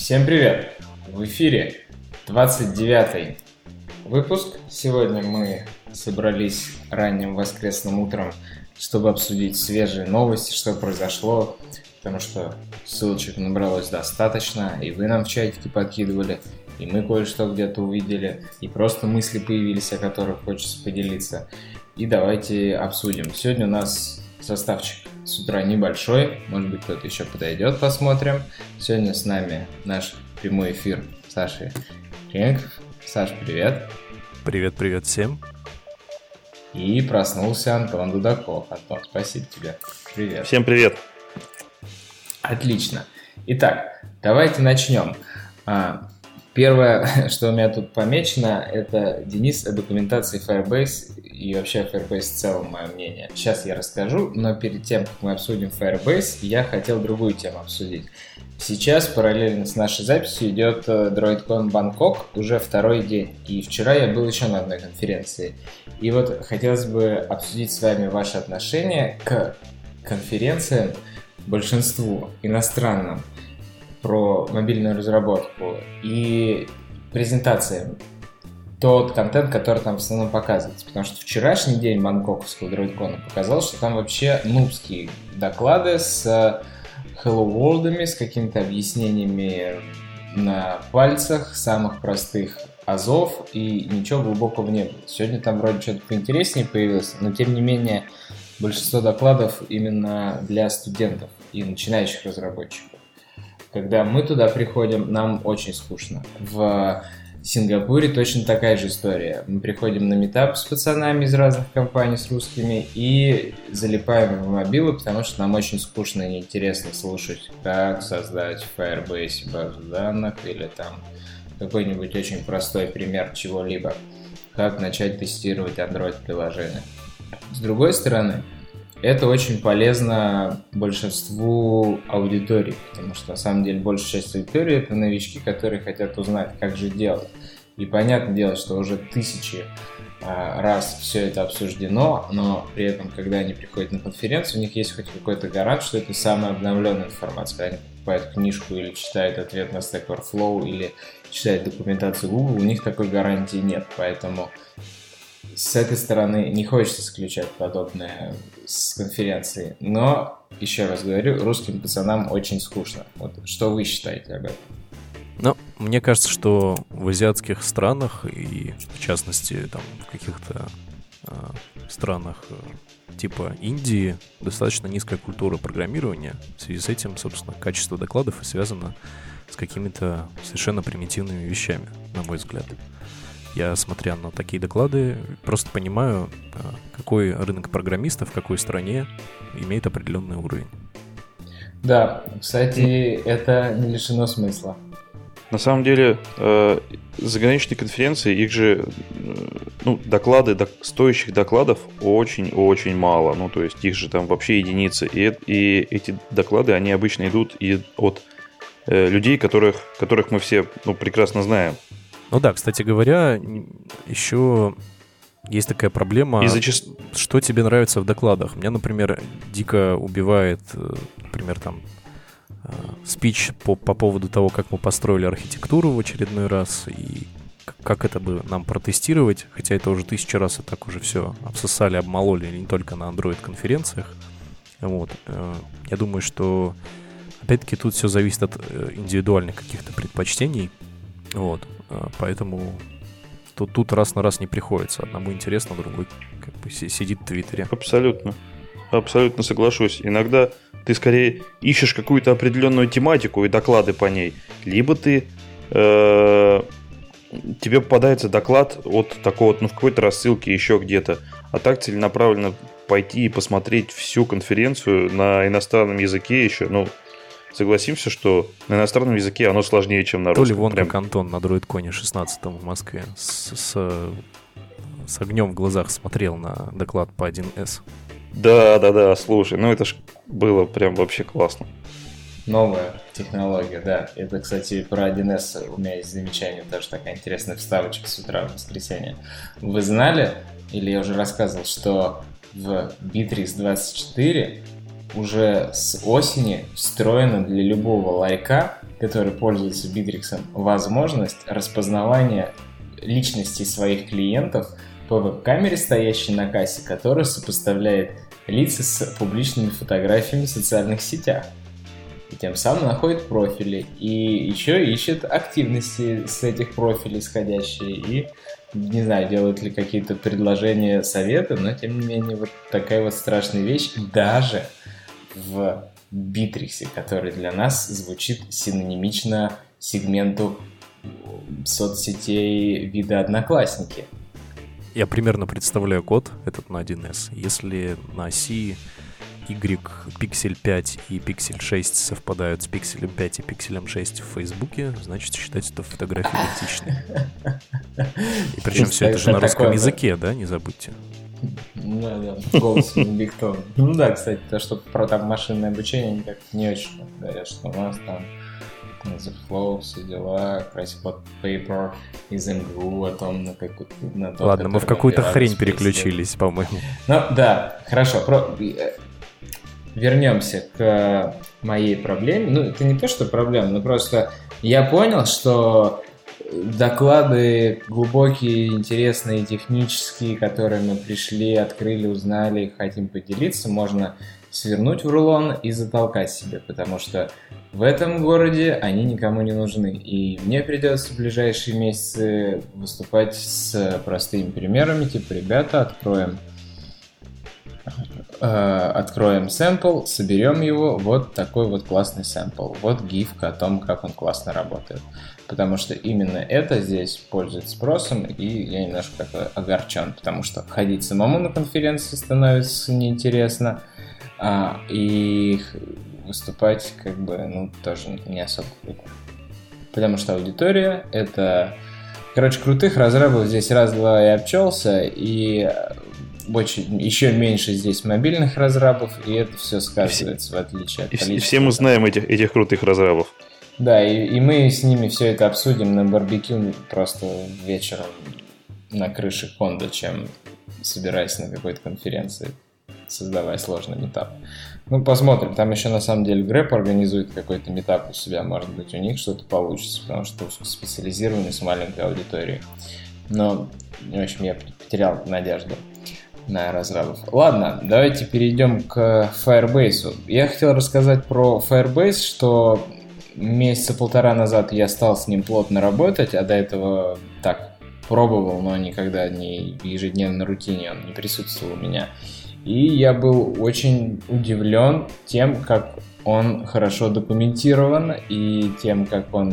Всем привет! В эфире 29-й выпуск. Сегодня мы собрались ранним воскресным утром, чтобы обсудить свежие новости, что произошло, потому что ссылочек набралось достаточно, и вы нам в чатике подкидывали, и мы кое-что где-то увидели, и просто мысли появились, о которых хочется поделиться. И давайте обсудим. Сегодня у нас составчик с утра небольшой, может быть, кто-то еще подойдет, посмотрим. Сегодня с нами наш прямой эфир Саши Кренков. Саш, привет. Привет всем. И проснулся Антон Дудаков. Антон, спасибо тебе. Привет. Всем привет. Отлично. Итак, давайте начнем. Первое, что у меня тут помечено, это Денис о документации Firebase и вообще о Firebase в целом, мое мнение. Сейчас я расскажу, но перед тем, как мы обсудим Firebase, я хотел другую тему обсудить. Сейчас параллельно с нашей записью идет DroidCon Бангкок уже второй день, и вчера я был еще на одной конференции. И вот хотелось бы обсудить с вами ваши отношения к конференциям, большинству иностранным, про мобильную разработку и презентациям. Тот контент, который там в основном показывается. Потому что вчерашний день бангкоковского DroidCon показал, что там вообще нубские доклады с Hello World'ами, с какими-то объяснениями на пальцах, самых простых азов, и ничего глубокого не было. Сегодня там вроде что-то поинтереснее появилось, но тем не менее большинство докладов именно для студентов и начинающих разработчиков. Когда мы туда приходим, нам очень скучно. В Сингапуре точно такая же история. Мы приходим на митап с пацанами из разных компаний, с русскими, и залипаем в мобилы, потому что нам очень скучно и неинтересно слушать, как создать в Firebase базу данных, или там какой-нибудь очень простой пример чего-либо, как начать тестировать Android-приложение. С другой стороны, это очень полезно большинству аудиторий, потому что на самом деле большая часть аудитории — это новички, которые хотят узнать, как же делать. И понятное дело, что уже тысячи раз все это обсуждено, но при этом, когда они приходят на конференцию, у них есть хоть какой-то гарант, что это самая обновленная информация. Когда они покупают книжку или читают ответ на Stack Overflow или читают документацию Google, у них такой гарантии нет, поэтому с этой стороны не хочется исключать подобное с конференции. Но, еще раз говорю, русским пацанам очень скучно. Вот что вы считаете об этом? Ну, мне кажется, что в азиатских странах, и в частности там в каких-то странах типа Индии, достаточно низкая культура программирования. В связи с этим, собственно, качество докладов и связано с какими-то совершенно примитивными вещами, на мой взгляд. Я, смотря на такие доклады, просто понимаю, какой рынок программистов в какой стране имеет определенный уровень. Да, кстати, это не лишено смысла. На самом деле, заграничные конференции, их же, доклады, стоящих докладов очень-очень мало. Ну, то есть их же там вообще единицы. И эти доклады, они обычно идут и от людей, которых мы все прекрасно знаем. Ну да, кстати говоря, еще есть такая проблема, что тебе нравится в докладах. Меня, например, дико убивает, например, там спич по поводу того, как мы построили архитектуру в очередной раз и как это бы нам протестировать, хотя это уже 1000 раз и так уже все обсосали, обмололи, не только на Android-конференциях. Вот. Я думаю, что опять-таки тут все зависит от индивидуальных каких-то предпочтений. Вот. Поэтому тут раз на раз не приходится. Одному интересно, другой как бы сидит в Твиттере. Абсолютно соглашусь. Иногда ты скорее ищешь какую-то определенную тематику и доклады по ней, либо тебе попадается доклад от такого, в какой-то рассылке еще где-то. А так целенаправленно пойти и посмотреть всю конференцию на иностранном языке еще, согласимся, что на иностранном языке оно сложнее, чем на русском. То ли вон как Антон на DroidCon 16 в Москве с огнем в глазах смотрел на доклад по 1С. Да, слушай, это ж было прям вообще классно. Новая технология, да. Это, кстати, про 1С у меня есть замечание, тоже такая интересная вставочка с утра в воскресенье. Вы знали, или я уже рассказывал, что в Bittrex 24 уже с осени встроена для любого ларька которые пользуются Bittrex, возможность распознавания личности своих клиентов по веб-камере, стоящей на кассе, которая сопоставляет лица с публичными фотографиями в социальных сетях. И тем самым находит профили. И еще ищет активности с этих профилей исходящие. И, не знаю, делают ли какие-то предложения, советы, но, тем не менее, вот такая вот страшная вещь даже в Bittrex, который для нас звучит синонимично сегменту соцсетей вида Одноклассники. Я примерно представляю код этот на 1С. Если на оси Y Pixel 5 и Pixel 6 совпадают с Pixel 5 и Pixel 6 в Фейсбуке, значит, считать это фотографии идентичны. И причем все это же на русском языке, да, не забудьте. Да, голосом Бигтон. Ну да, кстати, то, что про там машинное обучение, они как не очень говорят, что у нас там The Flow, все дела, Crashpot Paper из МГУ, о том, на какую-то... Ладно, мы в какую-то хрень переключились, по-моему. Ну да, хорошо. Вернемся к моей проблеме. Ну, это не то, что проблема, но просто я понял, что доклады глубокие, интересные, технические, которые мы пришли, открыли, узнали, хотим поделиться, можно свернуть в рулон и затолкать себе, потому что в этом городе они никому не нужны. И мне придется в ближайшие месяцы выступать с простыми примерами, типа, ребята, откроем сэмпл, соберем его, вот такой вот классный сэмпл, вот гифка о том, как он классно работает. Потому что именно это здесь пользуется спросом, и я немножко как-то огорчен, потому что ходить самому на конференции становится неинтересно, и выступать как бы, ну, тоже не особо круто. Потому что аудитория — это... Короче, крутых разрабов здесь раз-два и обчелся, и очень, еще меньше здесь мобильных разрабов, и это все сказывается, в отличие от количества. И все мы знаем этих крутых разрабов. Да, и мы с ними все это обсудим на барбекю просто вечером на крыше Кондо, чем собираясь на какой-то конференции, создавая сложный митап. Ну, посмотрим. Там еще, на самом деле, Грэп организует какой-то митап у себя. Может быть, у них что-то получится, потому что узкоспециализированный с маленькой аудиторией. Но, в общем, я потерял надежду на разрабов. Ладно, давайте перейдем к Firebase. Я хотел рассказать про Firebase, что месяца полтора назад я стал с ним плотно работать, а до этого так пробовал, но никогда не в ежедневной рутине он не присутствовал у меня. И я был очень удивлен тем, как он хорошо документирован и тем, как он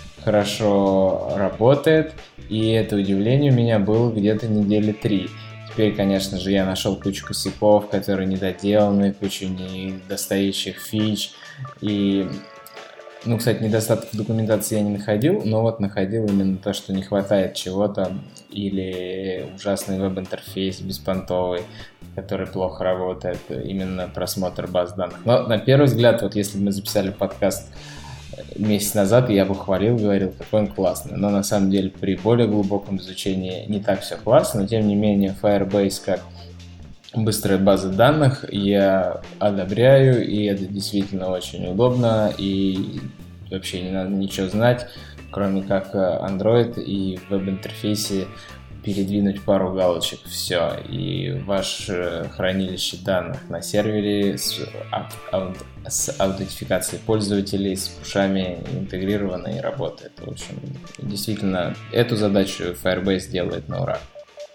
хорошо работает. И это удивление у меня было где-то недели 3. Теперь, конечно же, я нашел кучу косяков, которые недоделаны, кучу недостающих фич. И, ну, кстати, недостатков документации я не находил, но вот находил именно то, что не хватает чего-то, или ужасный веб-интерфейс беспонтовый, который плохо работает, именно просмотр баз данных. Но на первый взгляд, вот если бы мы записали подкаст месяц назад, я бы хвалил, говорил, какой он классный. Но на самом деле при более глубоком изучении не так все классно, но тем не менее Firebase как быстрая база данных я одобряю, и это действительно очень удобно, и вообще не надо ничего знать, кроме как Android и в веб-интерфейсе передвинуть пару галочек, все, и ваше хранилище данных на сервере с аутентификацией пользователей, с пушами интегрировано и работает. В общем, действительно, эту задачу Firebase делает на ура.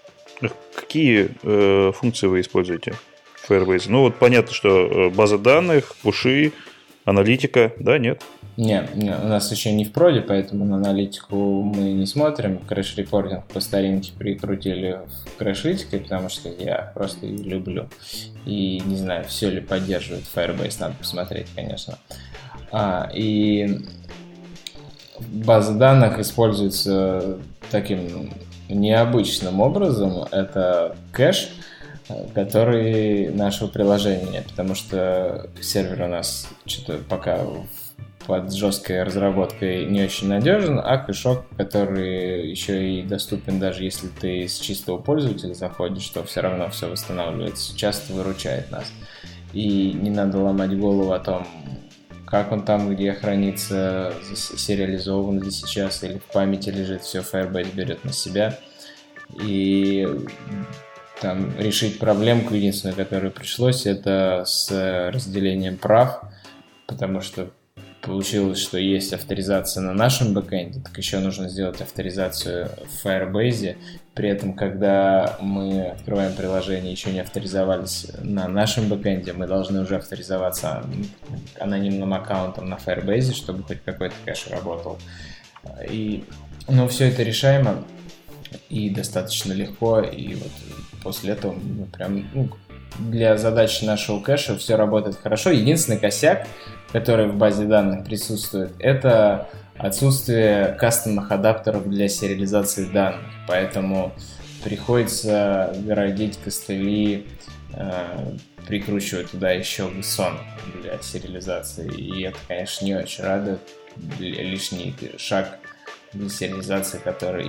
Какие функции вы используете в Firebase? Ну вот понятно, что база данных, пуши, аналитика, да, нет? Не, у нас еще не в проде, поэтому на аналитику мы не смотрим. Крэш-репортинг по старинке прикрутили в крэш-литикой, потому что я просто ее люблю. И не знаю, все ли поддерживает Firebase, надо посмотреть, конечно. И база данных используется таким необычным образом. Это кэш, который нашего приложения, потому что сервер у нас что-то пока под жесткой разработкой не очень надежен, а кэшок, который еще и доступен, даже если ты с чистого пользователя заходишь, то все равно все восстанавливается, часто выручает нас. И не надо ломать голову о том, как он там, где хранится, сериализован ли сейчас или в памяти лежит, все Firebase берет на себя. И там решить проблемку единственную, которую пришлось, это с разделением прав, потому что получилось, что есть авторизация на нашем бэкэнде, так еще нужно сделать авторизацию в Firebase. При этом, когда мы открываем приложение, еще не авторизовались на нашем бэкэнде, мы должны уже авторизоваться анонимным аккаунтом на Firebase, чтобы хоть какой-то кэш работал. Но все это решаемо и достаточно легко, и вот после этого мы прям для задач нашего кэша все работает хорошо. Единственный косяк, который в базе данных присутствует, это отсутствие кастомных адаптеров для сериализации данных. Поэтому приходится городить костыли, прикручивать туда еще JSON для сериализации. И это, конечно, не очень радует. Лишний шаг для сериализации, который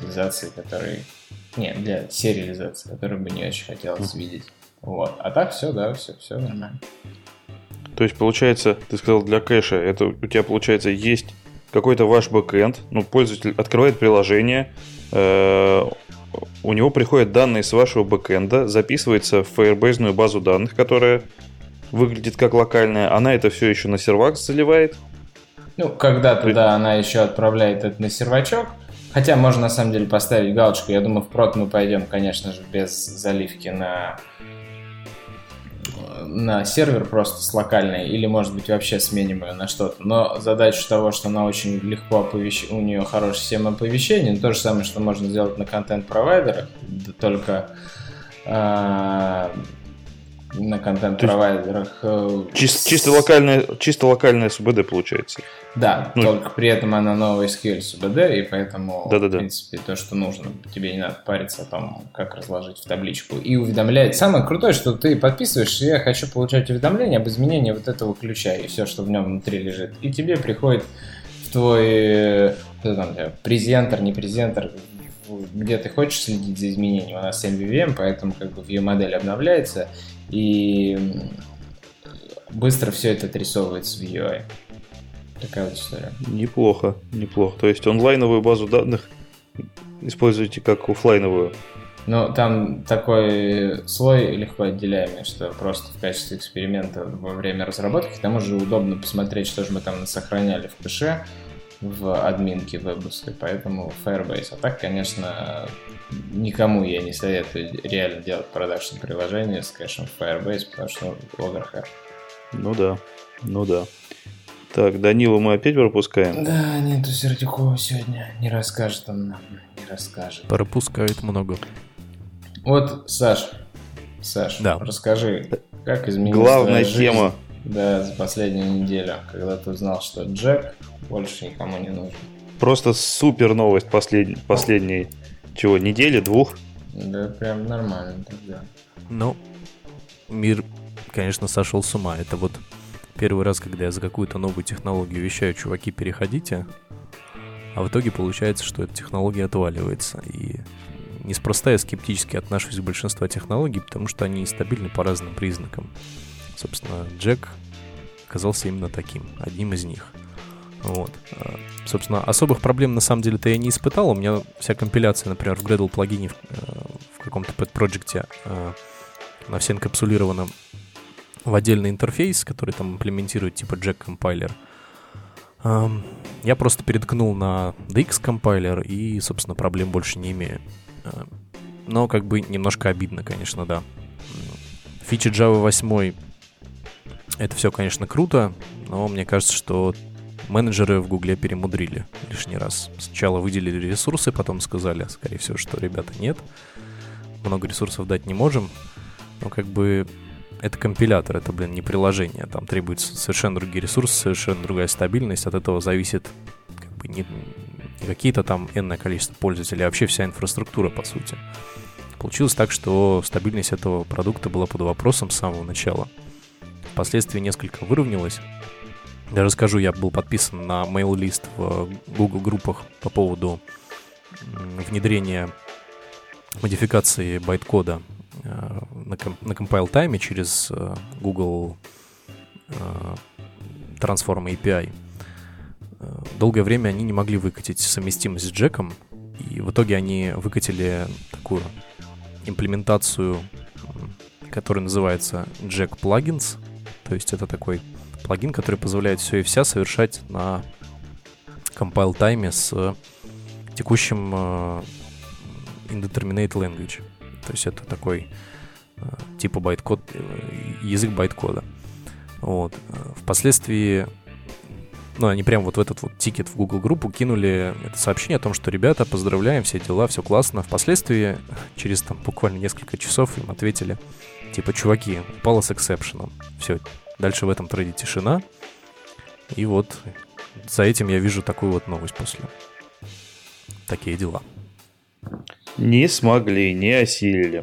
бы не очень хотелось видеть. Вот. А так все, да, все нормально. То есть, получается, ты сказал для кэша, это у тебя, получается, есть какой-то ваш бэкэнд, пользователь открывает приложение, у него приходят данные с вашего бэкэнда, записывается в Firebase-ную базу данных, которая выглядит как локальная, она это все еще на сервак заливает? Когда-то, да, она еще отправляет это на сервачок, хотя можно на самом деле поставить галочку, я думаю, впрок мы пойдем, конечно же, без заливки на сервер просто с локальной, или, может быть, вообще сменим ее на что-то. Но задача того, что она очень легко у нее хорошая система оповещений, то же самое, что можно сделать на контент-провайдерах, да только на контент-провайдерах. Чисто локальная СУБД получается. Да, только при этом она новая SQL СУБД, и поэтому, в принципе, то, что нужно, тебе не надо париться о том, как разложить в табличку. И уведомляет. Самое крутое, что ты подписываешь, я хочу получать уведомления об изменении вот этого ключа, и все, что в нем внутри лежит. И тебе приходит в твой презентер, не презентер, где ты хочешь следить за изменением. У нас MVVM, поэтому view-модель обновляется, и быстро все это отрисовывается в UI. Такая вот история. Неплохо. То есть онлайновую базу данных используете как офлайновую? Там такой слой легко отделяемый, что просто в качестве эксперимента во время разработки, к тому же удобно посмотреть, что же мы там сохраняли в кэше, в админке вебовской, поэтому Firebase. А так, конечно, никому я не советую реально делать продакшн приложение с кэшем в Firebase, потому что overhead. Ну да. Так, Данилу мы опять пропускаем? Да, нету Сердюкова сегодня. Не расскажет он нам, не расскажет. Пропускает много. Вот, Саш, да. Расскажи, как изменилась главная твоя тема. жизнь, да, за последнюю неделю, когда ты узнал, что Джек больше никому не нужен. Просто супер новость последней недели, 2? Да, прям нормально тогда. Мир, конечно, сошел с ума. Это вот первый раз, когда я за какую-то новую технологию вещаю: чуваки, переходите, а в итоге получается, что эта технология отваливается. И неспроста я скептически отношусь к большинству технологий, потому что они стабильны по разным признакам. Собственно, Джек оказался именно таким, одним из них. Вот. Собственно, особых проблем на самом деле-то я не испытал. У меня вся компиляция, например, в Gradle плагине в каком-то pet-проджекте она вся инкапсулирована в отдельный интерфейс, который там имплементирует типа Jack компайлер. Я просто переткнул на DX компайлер и, собственно, проблем больше не имею. Но немножко обидно, конечно, да. Фичи Java 8 это все, конечно, круто, но мне кажется, что менеджеры в Гугле перемудрили лишний раз. Сначала выделили ресурсы, потом сказали, скорее всего, что, ребята, нет, много ресурсов дать не можем. Но это компилятор, это, не приложение. Там требуются совершенно другие ресурсы, совершенно другая стабильность. От этого зависит не какие-то там энное количество пользователей, а вообще вся инфраструктура, по сути. Получилось так, что стабильность этого продукта была под вопросом с самого начала. Впоследствии несколько выровнялась. Даже скажу, я был подписан на мейл-лист в Google группах по поводу внедрения модификации байткода на compile time через Google Transform API. Долгое время они не могли выкатить совместимость с Джеком, и в итоге они выкатили такую имплементацию, которая называется Jack Plugins. То есть это такой плагин, который позволяет все и вся совершать на compile тайме с текущим indeterminate language. То есть это такой типа байткод, язык байткода. Вот. Впоследствии, они прям вот в этот вот тикет в Google группу кинули это сообщение о том, что ребята, поздравляем, все дела, все классно. Впоследствии, через там буквально несколько часов им ответили, типа, чуваки, упало с эксепшеном. Все, дальше в этом трейде тишина. И вот за этим я вижу такую вот новость после. Такие дела. Не смогли, не осилили.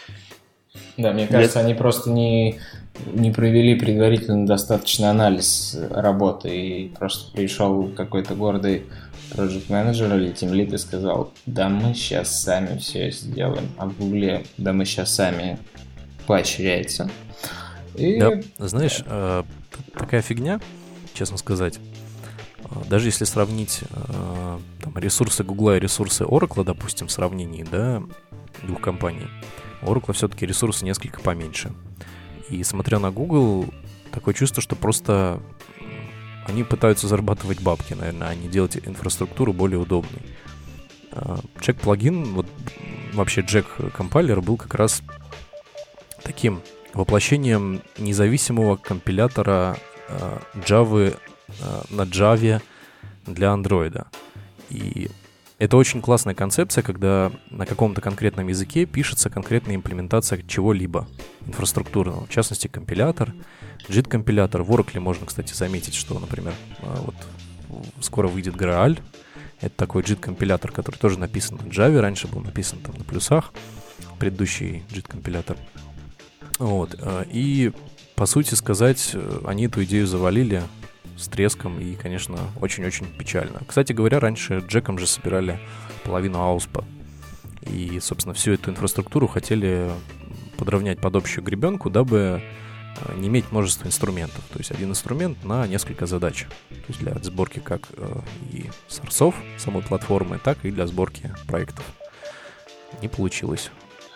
Да, мне кажется, они просто не провели предварительно достаточный анализ работы, и просто пришел какой-то гордый project manager или team lead и сказал: да мы сейчас сами все сделаем. А в Гугле: да мы сейчас сами, поощряется. И... Да, знаешь, такая фигня, честно сказать. Даже если сравнить там, ресурсы Гугла и ресурсы Oracle, допустим, в сравнении, да, двух компаний, у Oracle все-таки ресурсы несколько поменьше. И смотря на Google, такое чувство, что просто они пытаются зарабатывать бабки, наверное, а не делать инфраструктуру более удобной. Jack плагин, вот вообще Jack компайлер был как раз таким воплощением независимого компилятора Java на Java для Android. И это очень классная концепция, когда на каком-то конкретном языке пишется конкретная имплементация чего-либо инфраструктурного, в частности, компилятор, JIT-компилятор. В Oracle можно, кстати, заметить, что, например, вот скоро выйдет Graal. Это такой JIT-компилятор, который тоже написан на Java, раньше был написан там на плюсах, предыдущий JIT-компилятор. Вот. И, по сути сказать, они эту идею завалили с треском, и, конечно, очень-очень печально. Кстати говоря, раньше Джеком же собирали половину AOSP. И, собственно, всю эту инфраструктуру хотели подровнять под общую гребенку, дабы не иметь множество инструментов. То есть один инструмент на несколько задач. То есть для сборки как и сорсов самой платформы, так и для сборки проектов. Не получилось.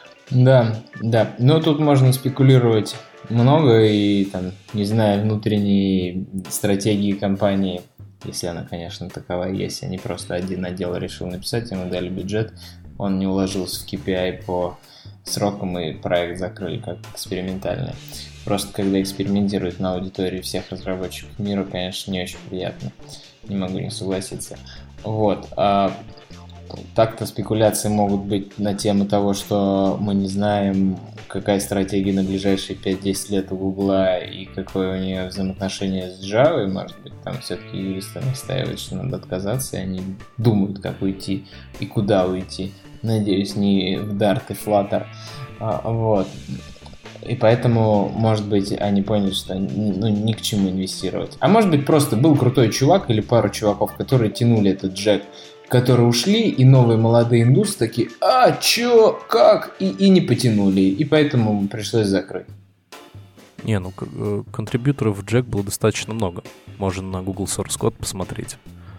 Да. Но тут можно спекулировать много, и там, не знаю, внутренней стратегии компании, если она, конечно, такова есть, они просто один отдел решил написать, ему дали бюджет, он не уложился в KPI по срокам, и проект закрыли как экспериментальный. Просто когда экспериментируют на аудитории всех разработчиков мира, конечно, не очень приятно. Не могу не согласиться. Вот. Так-то спекуляции могут быть на тему того, что мы не знаем, какая стратегия на ближайшие 5-10 лет у Гугла и какое у нее взаимоотношение с Java. Может быть, там все-таки юристы настаивают, что надо отказаться, и они думают, как уйти и куда уйти. Надеюсь, не в Dart и Flutter. Вот. И поэтому, может быть, они поняли, что ни к чему инвестировать. А может быть, просто был крутой чувак или пару чуваков, которые тянули этот джек, которые ушли, и новые молодые индусы такие: чё, как? И не потянули. И поэтому пришлось закрыть. Контрибьюторов в Jack было достаточно много. Можно на Google Source Code посмотреть.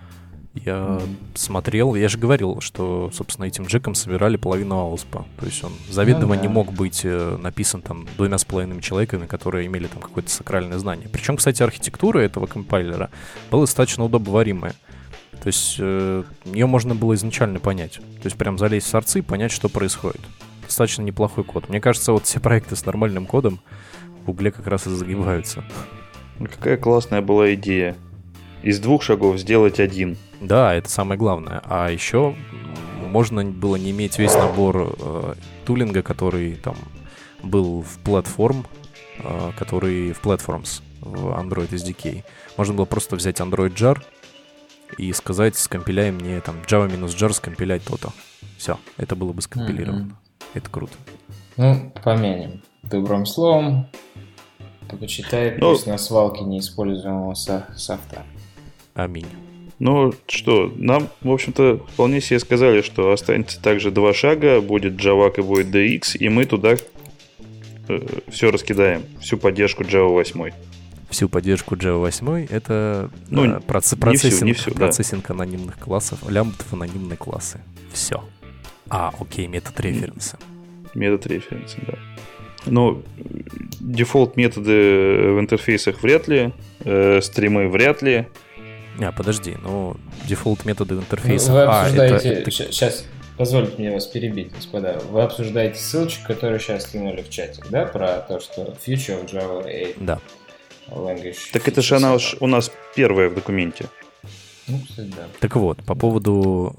Я смотрел, я же говорил, что, собственно, этим Джеком собирали половину AOSP. То есть он заведомо не мог быть написан там 2,5 человеками, которые имели там какое-то сакральное знание. Причем, кстати, архитектура этого компайлера была достаточно удобоваримая. То есть ее можно было изначально понять. То есть прям залезть в сорцы и понять, что происходит. Достаточно неплохой код. Мне кажется, вот все проекты с нормальным кодом в Гугле как раз и загибаются. Какая классная была идея. Из 2 шагов сделать 1. Да, это самое главное. А еще можно было не иметь весь набор тулинга, который там был в платформ, который в Platforms, в Android SDK. Можно было просто взять Android Jar и сказать: скомпиляй мне там Java-jar, скомпиляй то-то. Все, это было бы скомпилировано. Это круто. Помянем добрым словом. Почитай, пусть на свалке неиспользуемого софта. Аминь. Ну что, нам, в общем-то, вполне себе сказали, что останется также 2 шага, будет Java и будет DX, и мы туда все раскидаем, всю поддержку Java 8. всю поддержку Java 8, это процессинг анонимных классов, лямбдов анонимные классы. Все. Окей, метод референса. Метод референса, да. Но дефолт методы в интерфейсах вряд ли, стримы вряд ли. Подожди, дефолт методы в интерфейсах... Вы обсуждаете... Сейчас, позвольте мне вас перебить, господа. Вы обсуждаете ссылочку, которую сейчас скинули в чатик, да, про то, что Future of Java 8. Да. Language. Так это же она у нас первая в документе. Кстати, да. Так вот, по поводу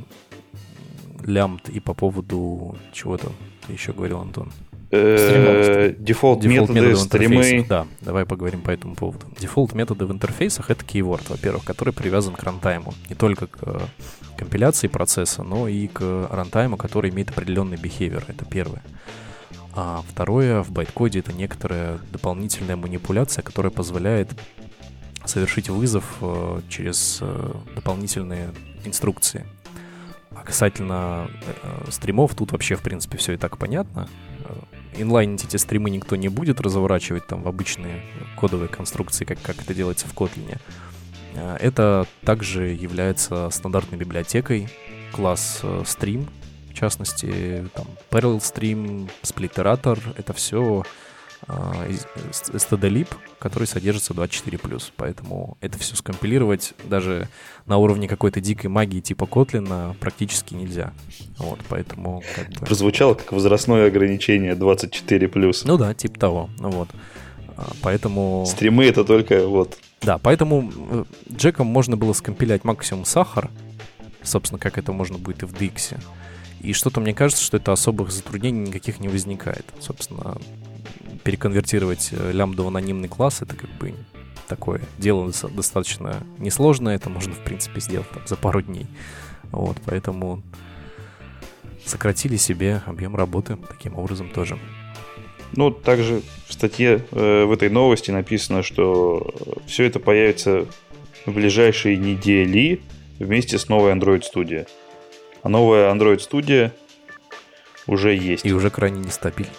лямбд и по поводу чего-то ты еще говорил, Антон. Дефолт методы, стримы. Да, давай поговорим по этому поводу. Дефолт методы в интерфейсах — это keyword, во-первых, который привязан к рантайму. Не только к компиляции процесса, но и к рантайму, который имеет определенный behavior. Это первое. А второе, в байткоде это некоторая дополнительная манипуляция, которая позволяет совершить вызов через дополнительные инструкции. А касательно стримов, тут вообще, в принципе, все и так понятно. Инлайнить эти стримы никто не будет разворачивать там в обычные кодовые конструкции, как это делается в Kotlin. Это также является стандартной библиотекой, класс Stream, в частности, там Parallel Stream, Splitterator, это все stdlib, который содержится в 24+. Поэтому это все скомпилировать даже на уровне какой-то дикой магии типа Kotlin практически нельзя. Вот, поэтому... Прозвучало как возрастное ограничение 24+. Ну да, типа того. Вот. Поэтому... Стримы это только вот... Да, поэтому джеком можно было скомпилять максимум сахар, собственно, как это можно будет и в DX. И что-то мне кажется, что это особых затруднений никаких не возникает. Собственно, переконвертировать лямбду в анонимный класс — это как бы такое дело достаточно несложное. Это можно, в принципе, сделать там за пару дней. Вот, поэтому сократили себе объем работы таким образом тоже. Ну, также в статье в этой новости написано, что все это появится в ближайшие недели вместе с новой Android Studio. А новая Android Studio уже есть. И уже крайне нестабильно.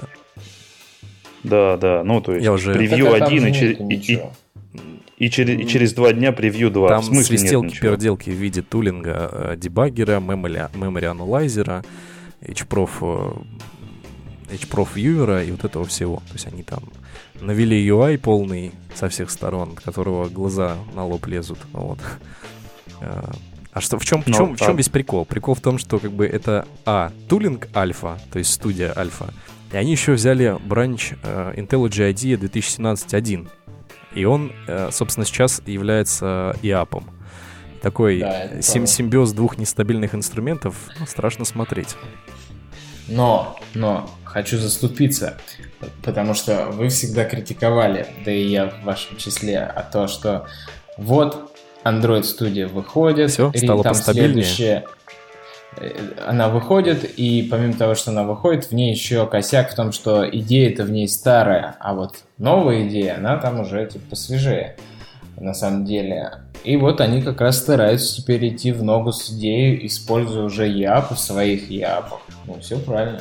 Да, ну то есть превью 1 и через 2 дня превью 2. Там свистелки-переделки в виде тулинга, дебаггера, memory аналайзера, hprof viewer и вот этого всего. То есть они там навели UI полный со всех сторон, от которого глаза на лоб лезут. Вот. А что, в чем весь прикол? Прикол в том, что как бы это тулинг альфа, то есть студия альфа, и они еще взяли бранч IntelliJ IDEA 2017.1. И он, собственно, сейчас является IAP-ом. Такой симбиоз двух нестабильных инструментов, страшно смотреть. Но хочу заступиться, потому что вы всегда критиковали, да и я в вашем числе, то, что вот Android Studio выходит, все, стало там постабильнее. Следующее... Она выходит, и помимо того, что она выходит, в ней еще косяк в том, что идея-то в ней старая, а вот новая идея, она там уже типа посвежее, на самом деле. И вот они как раз стараются теперь идти в ногу с идеей, используя уже EAP в своих EAP. Ну, все правильно.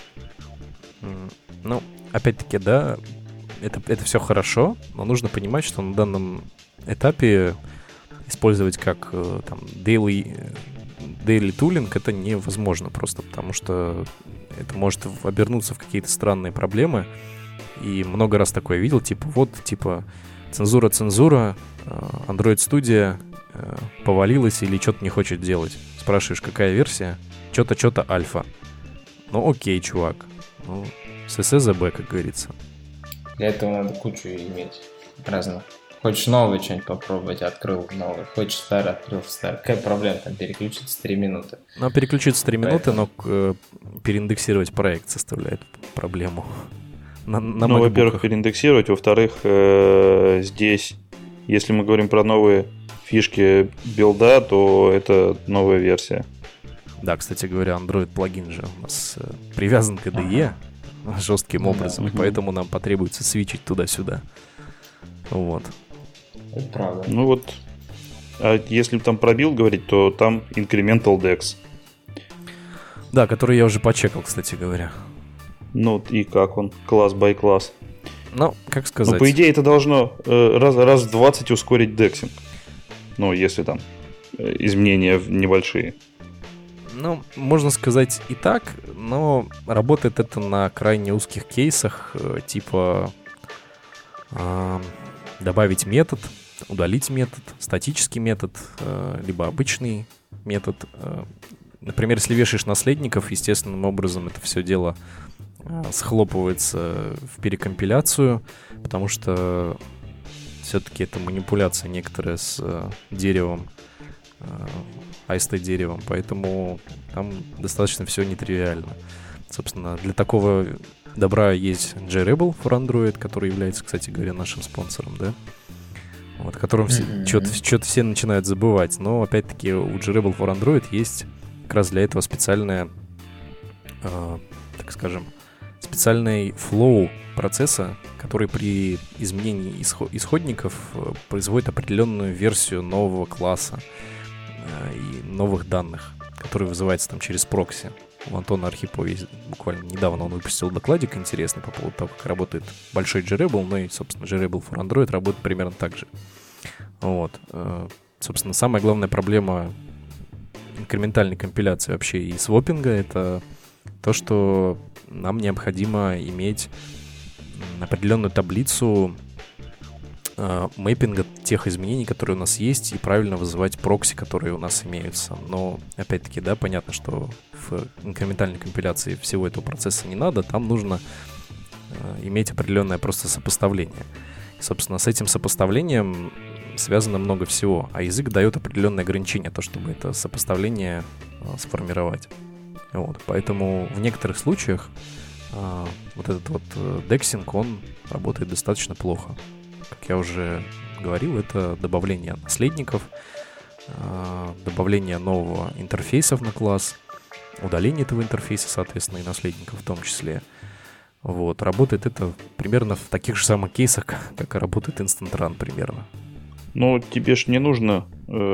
Ну, опять-таки, да, это все хорошо, но нужно понимать, что на данном этапе использовать как там daily tooling это невозможно просто, потому что это может обернуться в какие-то странные проблемы. И много раз такое видел, типа цензура, Android Studio повалилась или что-то не хочет делать. Спрашиваешь, какая версия? Что-то альфа. Ну окей, чувак. Ну, SSZB, как говорится. Для этого надо кучу иметь разных. Хочешь новый что-нибудь попробовать, открыл новый. Хочешь старый, открыл старый. Какая проблема там переключиться 3 минуты? Ну, переключиться 3 минуты, но переиндексировать проект составляет проблему. Ну, во-первых, переиндексировать. Во-вторых, здесь, если мы говорим про новые фишки билда, то это новая версия. Да, кстати говоря, Android плагин же у нас привязан к IDE жестким образом, и поэтому нам потребуется свитчить туда-сюда. Вот. Это правда. Ну вот, а если там про билд говорить, то там Incremental Dex. Да, который я уже почекал, кстати говоря. Ну и как он? Класс by класс. Ну, как сказать... Ну, по идее, это должно раз в 20 ускорить дексинг. Ну, если там изменения небольшие. Ну, можно сказать и так, но работает это на крайне узких кейсах, типа добавить метод, удалить метод, статический метод, либо обычный метод. Например, если вешаешь наследников, естественным образом это все дело схлопывается в перекомпиляцию, потому что все-таки это манипуляция некоторая с деревом, AST-деревом, поэтому там достаточно все нетривиально. Собственно, для такого добра есть JRebel for Android, который является, кстати говоря, нашим спонсором, да? Вот, о котором что-то все начинают забывать. Но, опять-таки, у JRebel for Android есть как раз для этого специальная, так скажем, специальный флоу процесса, который при изменении исходников производит определенную версию нового класса и новых данных, который вызывается там через прокси. У Антона Архипова есть, буквально недавно он выпустил докладик интересный по поводу того, как работает большой JRebel, ну и, собственно, JRebel for Android работает примерно так же. Вот. Собственно, самая главная проблема инкрементальной компиляции вообще и своппинга — это то, что нам необходимо иметь определенную таблицу мэппинга тех изменений, которые у нас есть, и правильно вызывать прокси, которые у нас имеются. Но, опять-таки, да, понятно, что в инкрементальной компиляции всего этого процесса не надо, там нужно иметь определенное просто сопоставление. И, собственно, с этим сопоставлением связано много всего, а язык дает определенные ограничения, то, чтобы это сопоставление сформировать. Вот, поэтому в некоторых случаях вот этот вот дексинг, он работает достаточно плохо. Как я уже говорил, это добавление наследников, добавление нового интерфейса на класс, удаление этого интерфейса, соответственно, и наследников в том числе. Вот, работает это примерно в таких же самых кейсах, как и работает Instant Run примерно. Ну, тебе ж не нужно,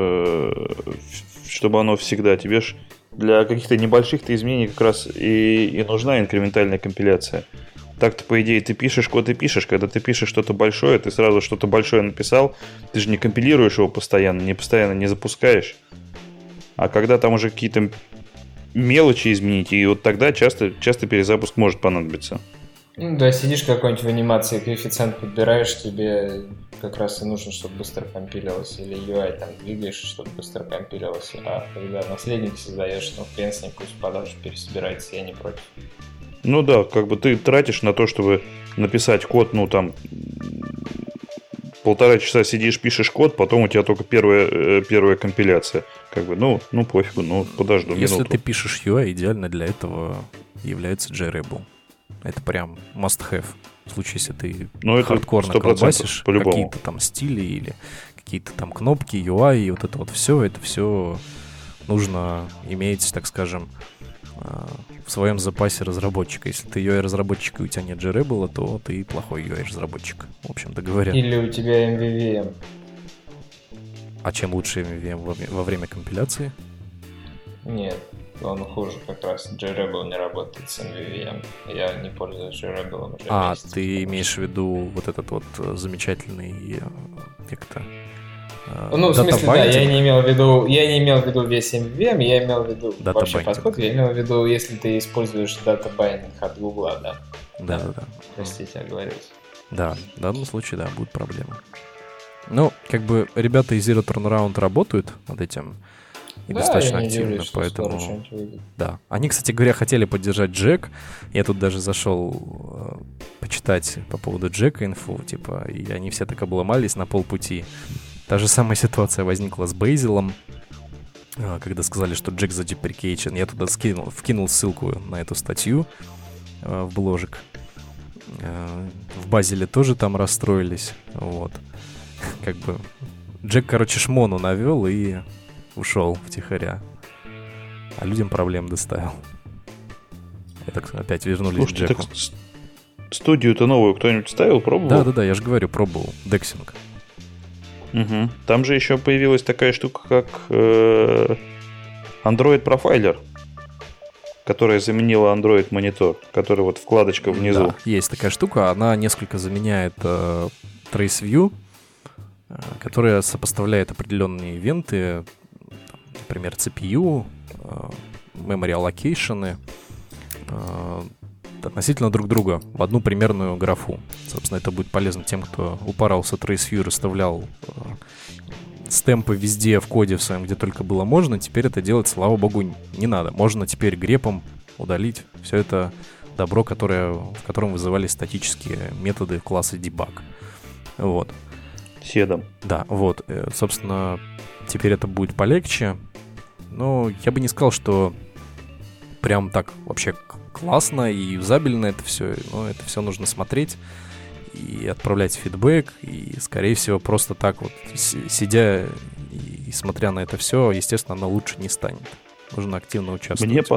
чтобы оно всегда, тебе ж для каких-то небольших изменений как раз и нужна инкрементальная компиляция. Так-то, по идее, ты пишешь код и пишешь. Когда ты пишешь что-то большое, ты сразу что-то большое написал, ты же не компилируешь его постоянно не запускаешь. А когда там уже какие-то мелочи изменить, и вот тогда часто перезапуск может понадобиться. Ну да, сидишь какой-нибудь в анимации, коэффициент подбираешь, тебе как раз и нужно, чтобы быстро компилилось, или UI там двигаешь, чтобы быстро компилилось. А когда наследник создаешь, ну хрен с ним, пусть подальше пересобирается, я не против. Ну да, как бы ты тратишь на то, чтобы написать код, ну там 1,5 часа сидишь, пишешь код, потом у тебя только первая компиляция. Как бы, ну пофигу, подожду минуту. Если ты пишешь UI, идеально для этого является JRebel. Это прям must-have. В случае, если ты хардкорно колбасишь какие-то там стили или какие-то там кнопки, UI и вот это все нужно иметь, так скажем, в своем запасе разработчика. Если ты UI-разработчик и у тебя нет JRebel, то ты плохой UI-разработчик, в общем-то говоря. Или у тебя MVVM. А чем лучше MVVM во время компиляции? Нет, он хуже как раз. JRebel не работает с MVVM. Я не пользуюсь JRebel уже месяц. Ты имеешь в виду вот этот вот замечательный как-то... Ну, в смысле, да, я не имел в виду весь MVVM, я имел в виду вообще подход, я имел в виду, если ты используешь дата-байнинг от Гугла, да. Да. Простите, оговорился. Да, в данном случае, да, будет проблема. Ну, как бы ребята из Zero Turnaround работают над этим и достаточно активно, удивлюсь, поэтому... Да. Они, кстати говоря, хотели поддержать Джек. Я тут даже зашел почитать по поводу Джека инфу, типа, и они все так обломались на полпути. Та же самая ситуация возникла с Бейзелом, когда сказали, что Джек задеприкейчен. Я туда вкинул ссылку на эту статью в бложик. В Базеле тоже там расстроились. Вот. Как бы Джек, короче, шмону навел и ушел втихаря. А людям проблем доставил. Это опять вернулись к Джеку. Студию-то новую кто-нибудь ставил, пробовал? Да, я же говорю, пробовал. Дексинг. Угу. Там же еще появилась такая штука, как Android Profiler, которая заменила Android монитор, который вот вкладочка внизу. Да, есть такая штука, она несколько заменяет Trace View, которая сопоставляет определенные ивенты, например, CPU, memory allocation, относительно друг друга в одну примерную графу. Собственно, это будет полезно тем, кто упарался Trace View, расставлял стемпы везде в коде в своем, где только было можно. Теперь это делать, слава богу, не надо. Можно теперь грепом удалить все это добро, в котором вызывались статические методы класса debug. Вот. Седом. Да, вот. Собственно, теперь это будет полегче. Но я бы не сказал, что прям так вообще классно и юзабельно это все. Но это все нужно смотреть и отправлять фидбэк. И, скорее всего, просто так вот, сидя и смотря на это все, естественно, оно лучше не станет. Нужно активно участвовать.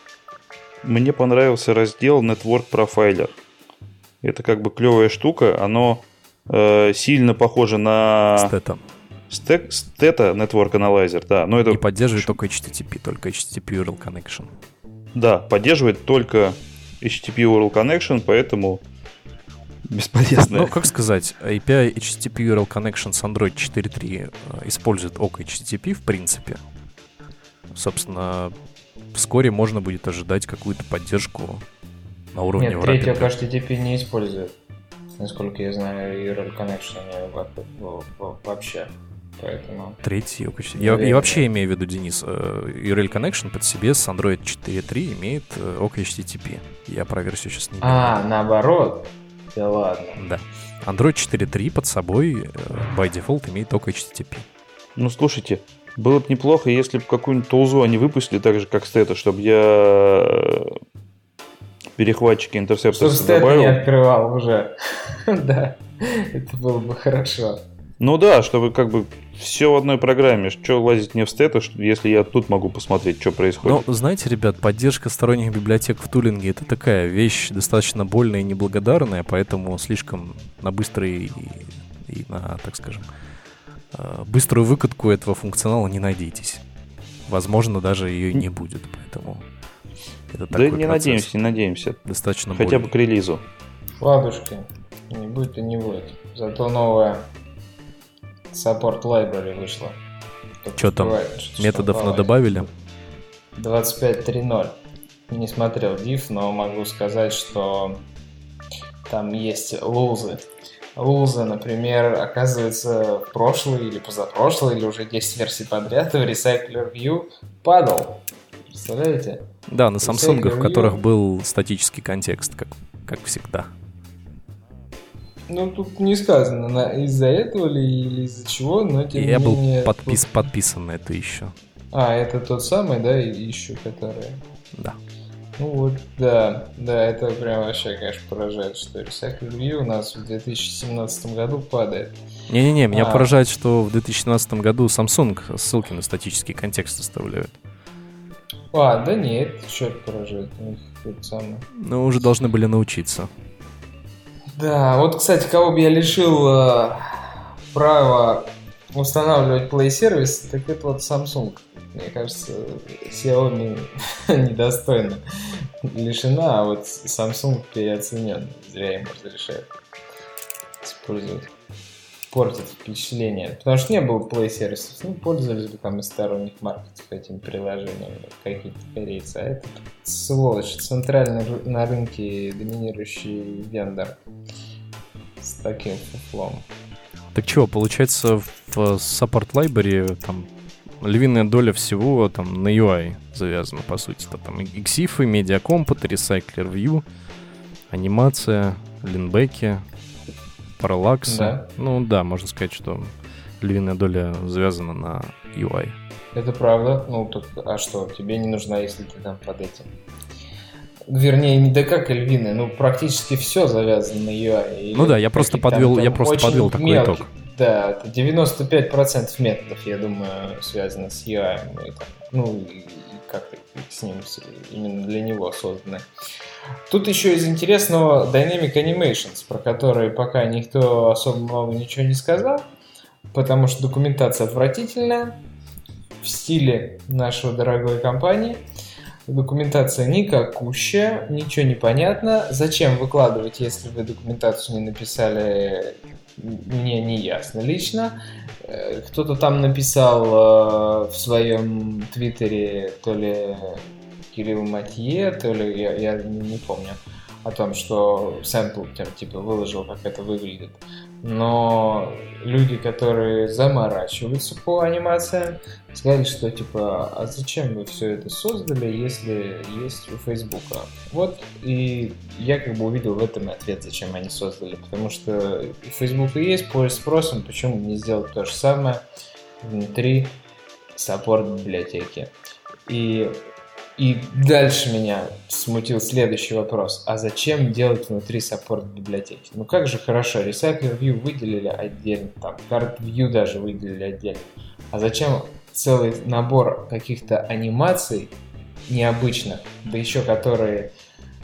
Мне понравился раздел Network Profiler. Это как бы клевая штука. Оно сильно похоже на... Стета. Стета Network Analyzer, да. Но это... И поддерживает только HTTP, только HTTP URL Connection. Да, поддерживает только HTTP URL Connection, поэтому бесполезно. Ну, как сказать, API HTTP URL Connection с Android 4.3 использует OKHTTP в принципе. Собственно, вскоре можно будет ожидать какую-то поддержку на уровне Нет, третий OKHTTP не использует. Насколько я знаю, URL Connection вообще. Поэтому... Третий OKHTTP. Я вообще имею в виду, Денис, URL Connection под себе с Android 4.3 имеет OKHTTP. Я про версию сейчас не имею. Наоборот? Да ладно. Да. Android 4.3 под собой by default имеет OKHTTP. Ну, слушайте, было бы неплохо, если бы какую-нибудь тулзу они выпустили так же, как Стета, чтобы я перехватчики интерсепторов добавил. Чтобы Стета не открывал уже. Да, это было бы хорошо. Ну да, чтобы как бы все в одной программе. Что лазить мне в стета, если я тут могу посмотреть, что происходит? Ну, знаете, ребят, поддержка сторонних библиотек в тулинге — это такая вещь достаточно больная и неблагодарная, поэтому слишком на быстрый и на, так скажем, быструю выкатку этого функционала не надейтесь. Возможно, даже ее и не будет, поэтому это такой да не процесс. надеемся. Достаточно хотя больный. бы к релизу. Ладушки, не будет и не будет. Зато новая Support Library вышла. Что там, методов надобавили? 25.3.0. Не смотрел diff, но могу сказать, что там есть лузы. Лузы, например, оказывается, в прошлый или позапрошлый, или уже 10 версий подряд в Recycler View падал. Представляете? Да, на Samsung, в которых был статический контекст, как всегда. Ну, тут не сказано, из-за этого ли или из-за чего, но тем не менее... Я был подписан на это еще. Это тот самый, да, еще который... Да. Ну вот, да, это прям вообще, конечно, поражает, что Recycler View у нас в 2017 году падает. Не-не-не, меня поражает, что в 2017 году Samsung ссылки на статический контекст оставляют. Да нет, что это поражает, у них это самое. Ну, уже должны были научиться. Да, вот, кстати, кого бы я лишил права устанавливать Play сервис, так это вот Samsung. Мне кажется, Xiaomi недостойно лишена, а вот Samsung переоценен. Зря им разрешают использовать. Портит впечатление. Потому что не было Play сервисов, пользовались бы там из сторонних маркетов этими приложениями, какие-то корейцы. А это сволочь, центральный на рынке доминирующий вендор с таким фуфлом. Так что, получается, в Support Library там львиная доля всего там на UI завязана, по сути-то. Там XIF, Mediacompat, Recycler View, анимация, линбеки, параллаксы. Да. Ну да, можно сказать, что львиная доля завязана на UI. Это правда. Ну, так, а что, тебе не нужна, если ты там под этим? Вернее, не да как львиная, практически все завязано на UI. Или да, я просто подвел такой мелкий, итог. Да, 95% методов, я думаю, связано с UI. И как с ним именно для него созданы. Тут еще из интересного Dynamic Animations, про который пока никто особо много ничего не сказал, потому что документация отвратительная, в стиле нашей дорогой компании. Документация никакущая, ничего не понятно. Зачем выкладывать, если вы документацию не написали, мне не ясно лично. Кто-то там написал в своем твиттере, то ли Кирилл Матье, то ли я не помню, о том, что сэмпл типа выложил, как это выглядит. Но люди, которые заморачиваются по анимациям, сказали, что типа, а зачем вы все это создали, если есть у Фейсбука? Вот, и я как бы увидел в этом ответ, зачем они создали. Потому что у Фейсбука есть поиск спросом, почему не сделать то же самое внутри саппорт-библиотеки. И дальше меня смутил следующий вопрос. А зачем делать внутри саппорт-библиотеки? Ну как же хорошо, Recycler View выделили отдельно, там, Card View даже выделили отдельно. А зачем целый набор каких-то анимаций необычных, да еще которые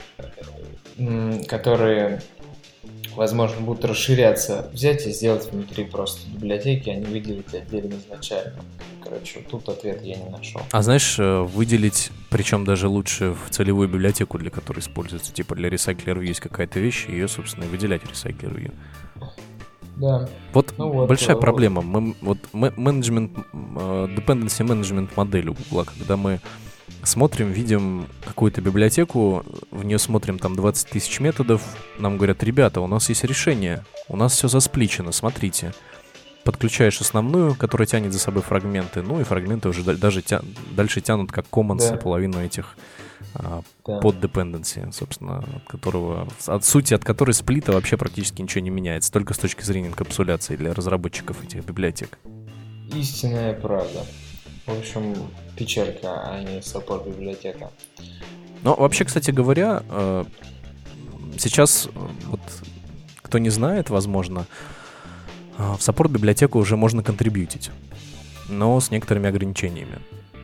возможно, будут расширяться, взять и сделать внутри просто библиотеки, а не выделить отдельно изначально. Короче, тут ответ я не нашел. А знаешь, выделить, причем даже лучше в целевую библиотеку, для которой используется, типа для Recycler View есть какая-то вещь, и ее, собственно, и выделять Recycler View. Да. Вот большая проблема. Dependency Management модель у Google, когда мы смотрим, видим какую-то библиотеку, в нее смотрим там 20 тысяч методов, нам говорят, ребята, у нас есть решение, у нас все заспличено, смотрите. Подключаешь основную, которая тянет за собой фрагменты, ну и фрагменты уже даже дальше тянут как comments, да, половину этих под dependency, собственно, от сути, от которой сплита вообще практически ничего не меняется, только с точки зрения инкапсуляции для разработчиков этих библиотек. Истинная правда. В общем, печалька, а не саппорт-библиотека. Ну, вообще, кстати говоря, сейчас, вот, кто не знает, возможно, в саппорт-библиотеку уже можно контрибьютить, но с некоторыми ограничениями.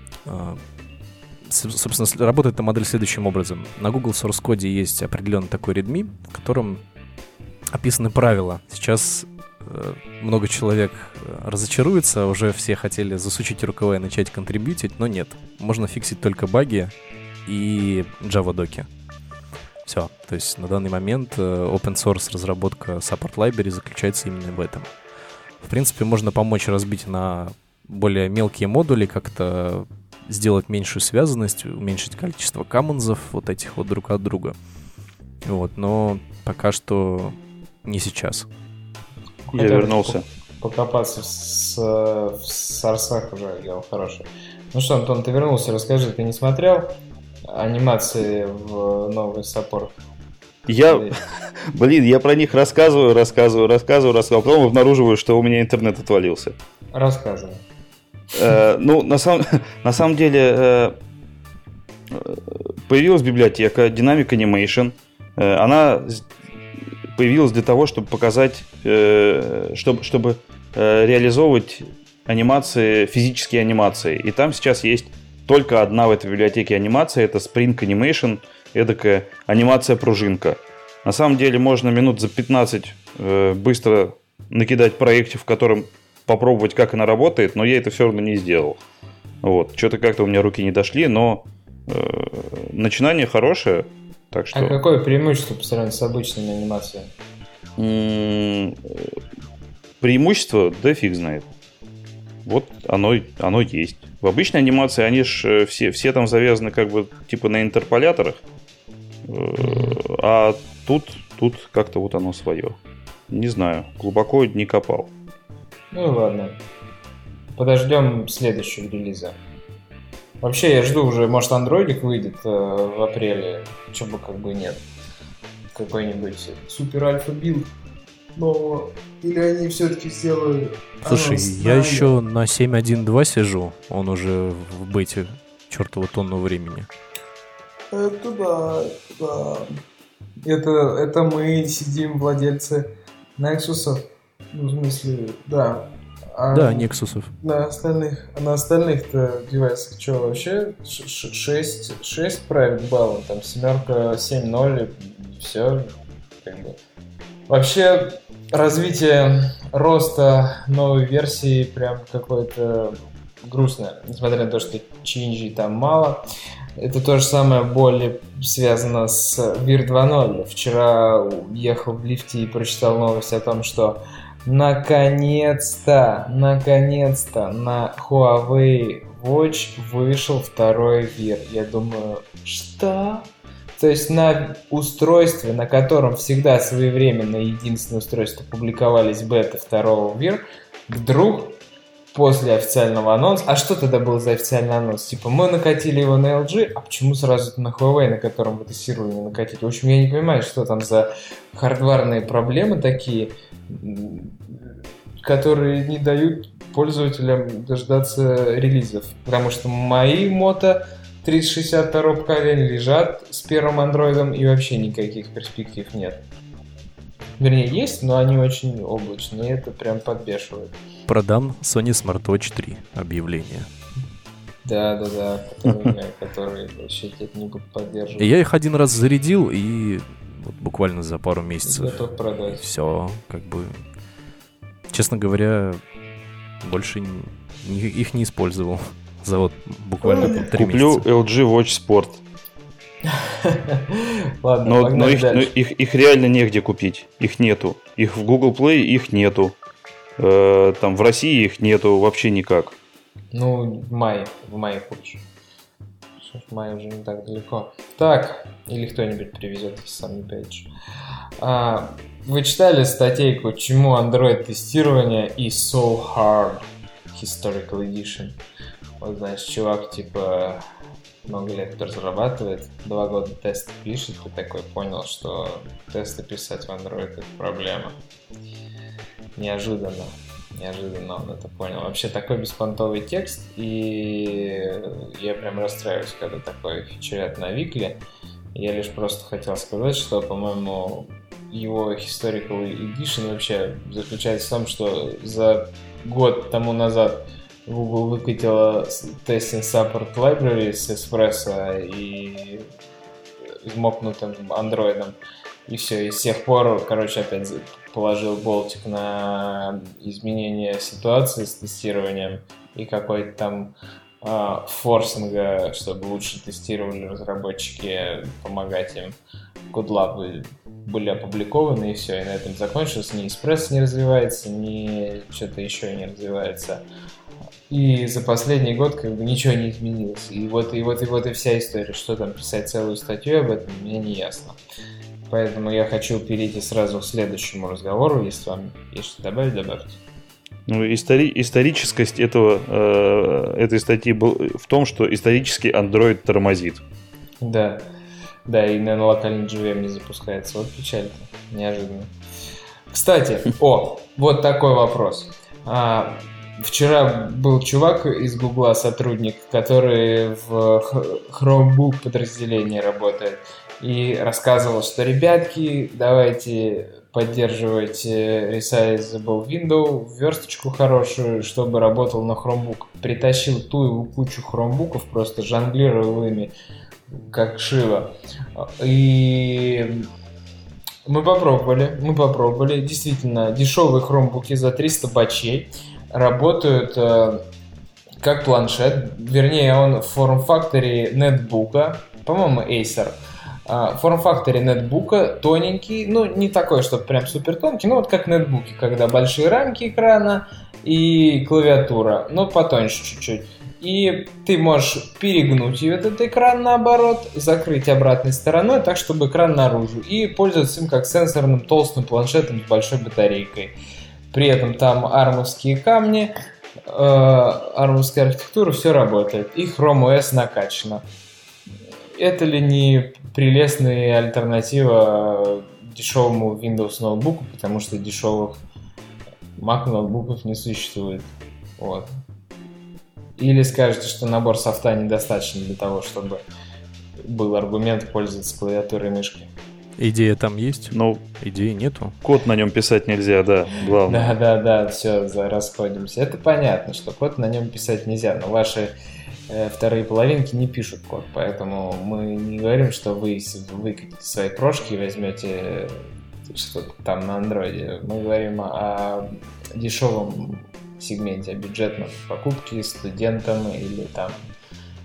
Собственно, работает эта модель следующим образом. На Google Source Code есть определенный такой readme, в котором описаны правила. Сейчас много человек разочаруется, уже все хотели засучить рукава и начать контрибьютить, но нет. Можно фиксить только баги и Java-доки. Все. То есть на данный момент open source разработка Support Library заключается именно в этом. В принципе, можно помочь разбить на более мелкие модули, как-то сделать меньшую связанность, уменьшить количество commons'ов вот этих вот друг от друга. Вот, но пока что не сейчас. Я вернулся. Покопаться в сорсах уже дело хорошее. Ну что, Антон, ты вернулся, расскажи, ты не смотрел анимации в новый саппорт? Я про них рассказываю, потом обнаруживаю, что у меня интернет отвалился. Рассказывай. Ну, на самом деле, появилась библиотека Dynamic Animation. Она появилась для того, чтобы показать, чтобы реализовывать анимации, физические анимации. И там сейчас есть только одна в этой библиотеке анимация, это Spring Animation, эдакая анимация-пружинка. На самом деле можно минут за 15 быстро накидать проекте, в котором попробовать, как она работает, но я это все равно не сделал. Вот. Что-то как-то у меня руки не дошли, но начинание хорошее. Так что... А какое преимущество по сравнению с обычными анимациями? Преимущество? Да фиг знает. Вот оно есть. В обычной анимации они же все там завязаны как бы типа на интерполяторах, а тут как-то вот оно свое. Не знаю, глубоко не копал. Ну и ладно. Подождем следующего релиза. Вообще я жду уже, может, андроидик выйдет в апреле, чего бы как бы нет. Какой-нибудь супер альфа билд. Но или они все-таки сделают... Слушай, я еще на 7.1.2 сижу, он уже в бете чертова тонну времени. Это да. Это мы сидим, владельцы Nexus'ов. Ну, в смысле, да. Да, Nexus'ов. На остальных-то девайсах что вообще? 6 private баллов, там 7.0, все. Как бы. Вообще, развитие роста новой версии прям какое-то грустное. Несмотря на то, что чинджей там мало. Это то же самое более связано с Vir 2.0. Вчера ехал в лифте и прочитал новость о том, что наконец-то на Huawei Watch вышел второй Vir. Я думаю, что? То есть на устройстве, на котором всегда своевременно единственное устройство публиковались бета второго Vir, вдруг после официального анонса... А что тогда был за официальный анонс? Типа, мы накатили его на LG, а почему сразу на Huawei, на котором вы тестировали, не накатили? В общем, я не понимаю, что там за хардварные проблемы такие, которые не дают пользователям дождаться релизов. Потому что мои Moto 3062 поколения лежат с первым андроидом и вообще никаких перспектив нет. Вернее, есть, но они очень облачные, и это прям подбешивает. Продам Sony Smartwatch 3 объявление. Да, которые вообще это не будут поддерживать. И я их один раз зарядил, и вот буквально за пару месяцев. Готов продать. Все, как бы... Честно говоря, больше их не использовал за вот буквально 3 месяца. Куплю LG Watch Sport. Ладно, но их реально негде купить. Их нету. Их в Google Play их нету. Там в России их нету вообще никак. Ну, в мае купишь. В мае уже не так далеко. Так, или кто-нибудь привезет, если сам не поедешь. Вы читали статейку «Чему Android тестирование» и So Hard Historical Edition? Вот, знаешь, чувак, типа, много лет разрабатывает, 2 года тесты пишет, и такой понял, что тесты писать в Android — это проблема. Неожиданно он это понял. Вообще такой беспонтовый текст, и я прям расстраиваюсь, когда такой фичерят на Викле. Я лишь просто хотел сказать, что, по-моему, его Historical Edition вообще заключается в том, что за год тому назад Google выкатила Testing Support Library с Espresso и измокнутым андроидом. И все, и с тех пор, короче, опять положил болтик на изменение ситуации с тестированием и какой-то там форсинга, чтобы лучше тестировали разработчики, помогать им. GoodLab были опубликованы, и все, и на этом закончилось. Ни Espresso не развивается, ни что-то еще не развивается. И за последний год как бы ничего не изменилось. И вот и вся история. Что там писать целую статью об этом, мне не ясно. Поэтому я хочу перейти сразу к следующему разговору. Если вам есть что добавить, добавьте. Ну, историческость этой статьи в том, что исторически Android тормозит. Да, и на локальный JVM не запускается. Вот печаль-то, неожиданно. Кстати, вот такой вопрос. Вчера был чувак из Гугла, сотрудник, который в Chromebook подразделении работает, и рассказывал, что, ребятки, давайте поддерживать Resizable Window, версточку хорошую, чтобы работал на Chromebook. Притащил ту кучу хромбуков, просто жонглировал ими, как шило. И мы попробовали. Действительно, дешевые хромбуки за 300 бачей работают как планшет. Вернее, он в форм-факторе нетбука, по-моему, Acer. Форм-факторе нетбука, тоненький, ну, не такой, чтобы прям супер тонкий, но вот как нетбуки, когда большие рамки экрана и клавиатура, но потоньше чуть-чуть. И ты можешь перегнуть этот экран наоборот, закрыть обратной стороной, так, чтобы экран наружу, и пользоваться им как сенсорным толстым планшетом с большой батарейкой. При этом там армовские камни, армовская архитектура, все работает. И Chrome OS накачано. Это ли не прелестная альтернатива дешевому Windows ноутбуку, потому что дешевых Mac ноутбуков не существует. Вот. Или скажете, что набор софта недостаточно для того, чтобы был аргумент пользоваться клавиатурой и мышкой. Идея там есть, но идеи нету. Код на нем писать нельзя, да, главное. Да, все, расходимся. Это понятно, что код на нем писать нельзя, но ваши вторые половинки не пишут код, поэтому мы не говорим, что вы выкатите свои прошки и возьмете что-то там на андроиде. Мы говорим о дешевом сегменте, о бюджетном покупке студентам или там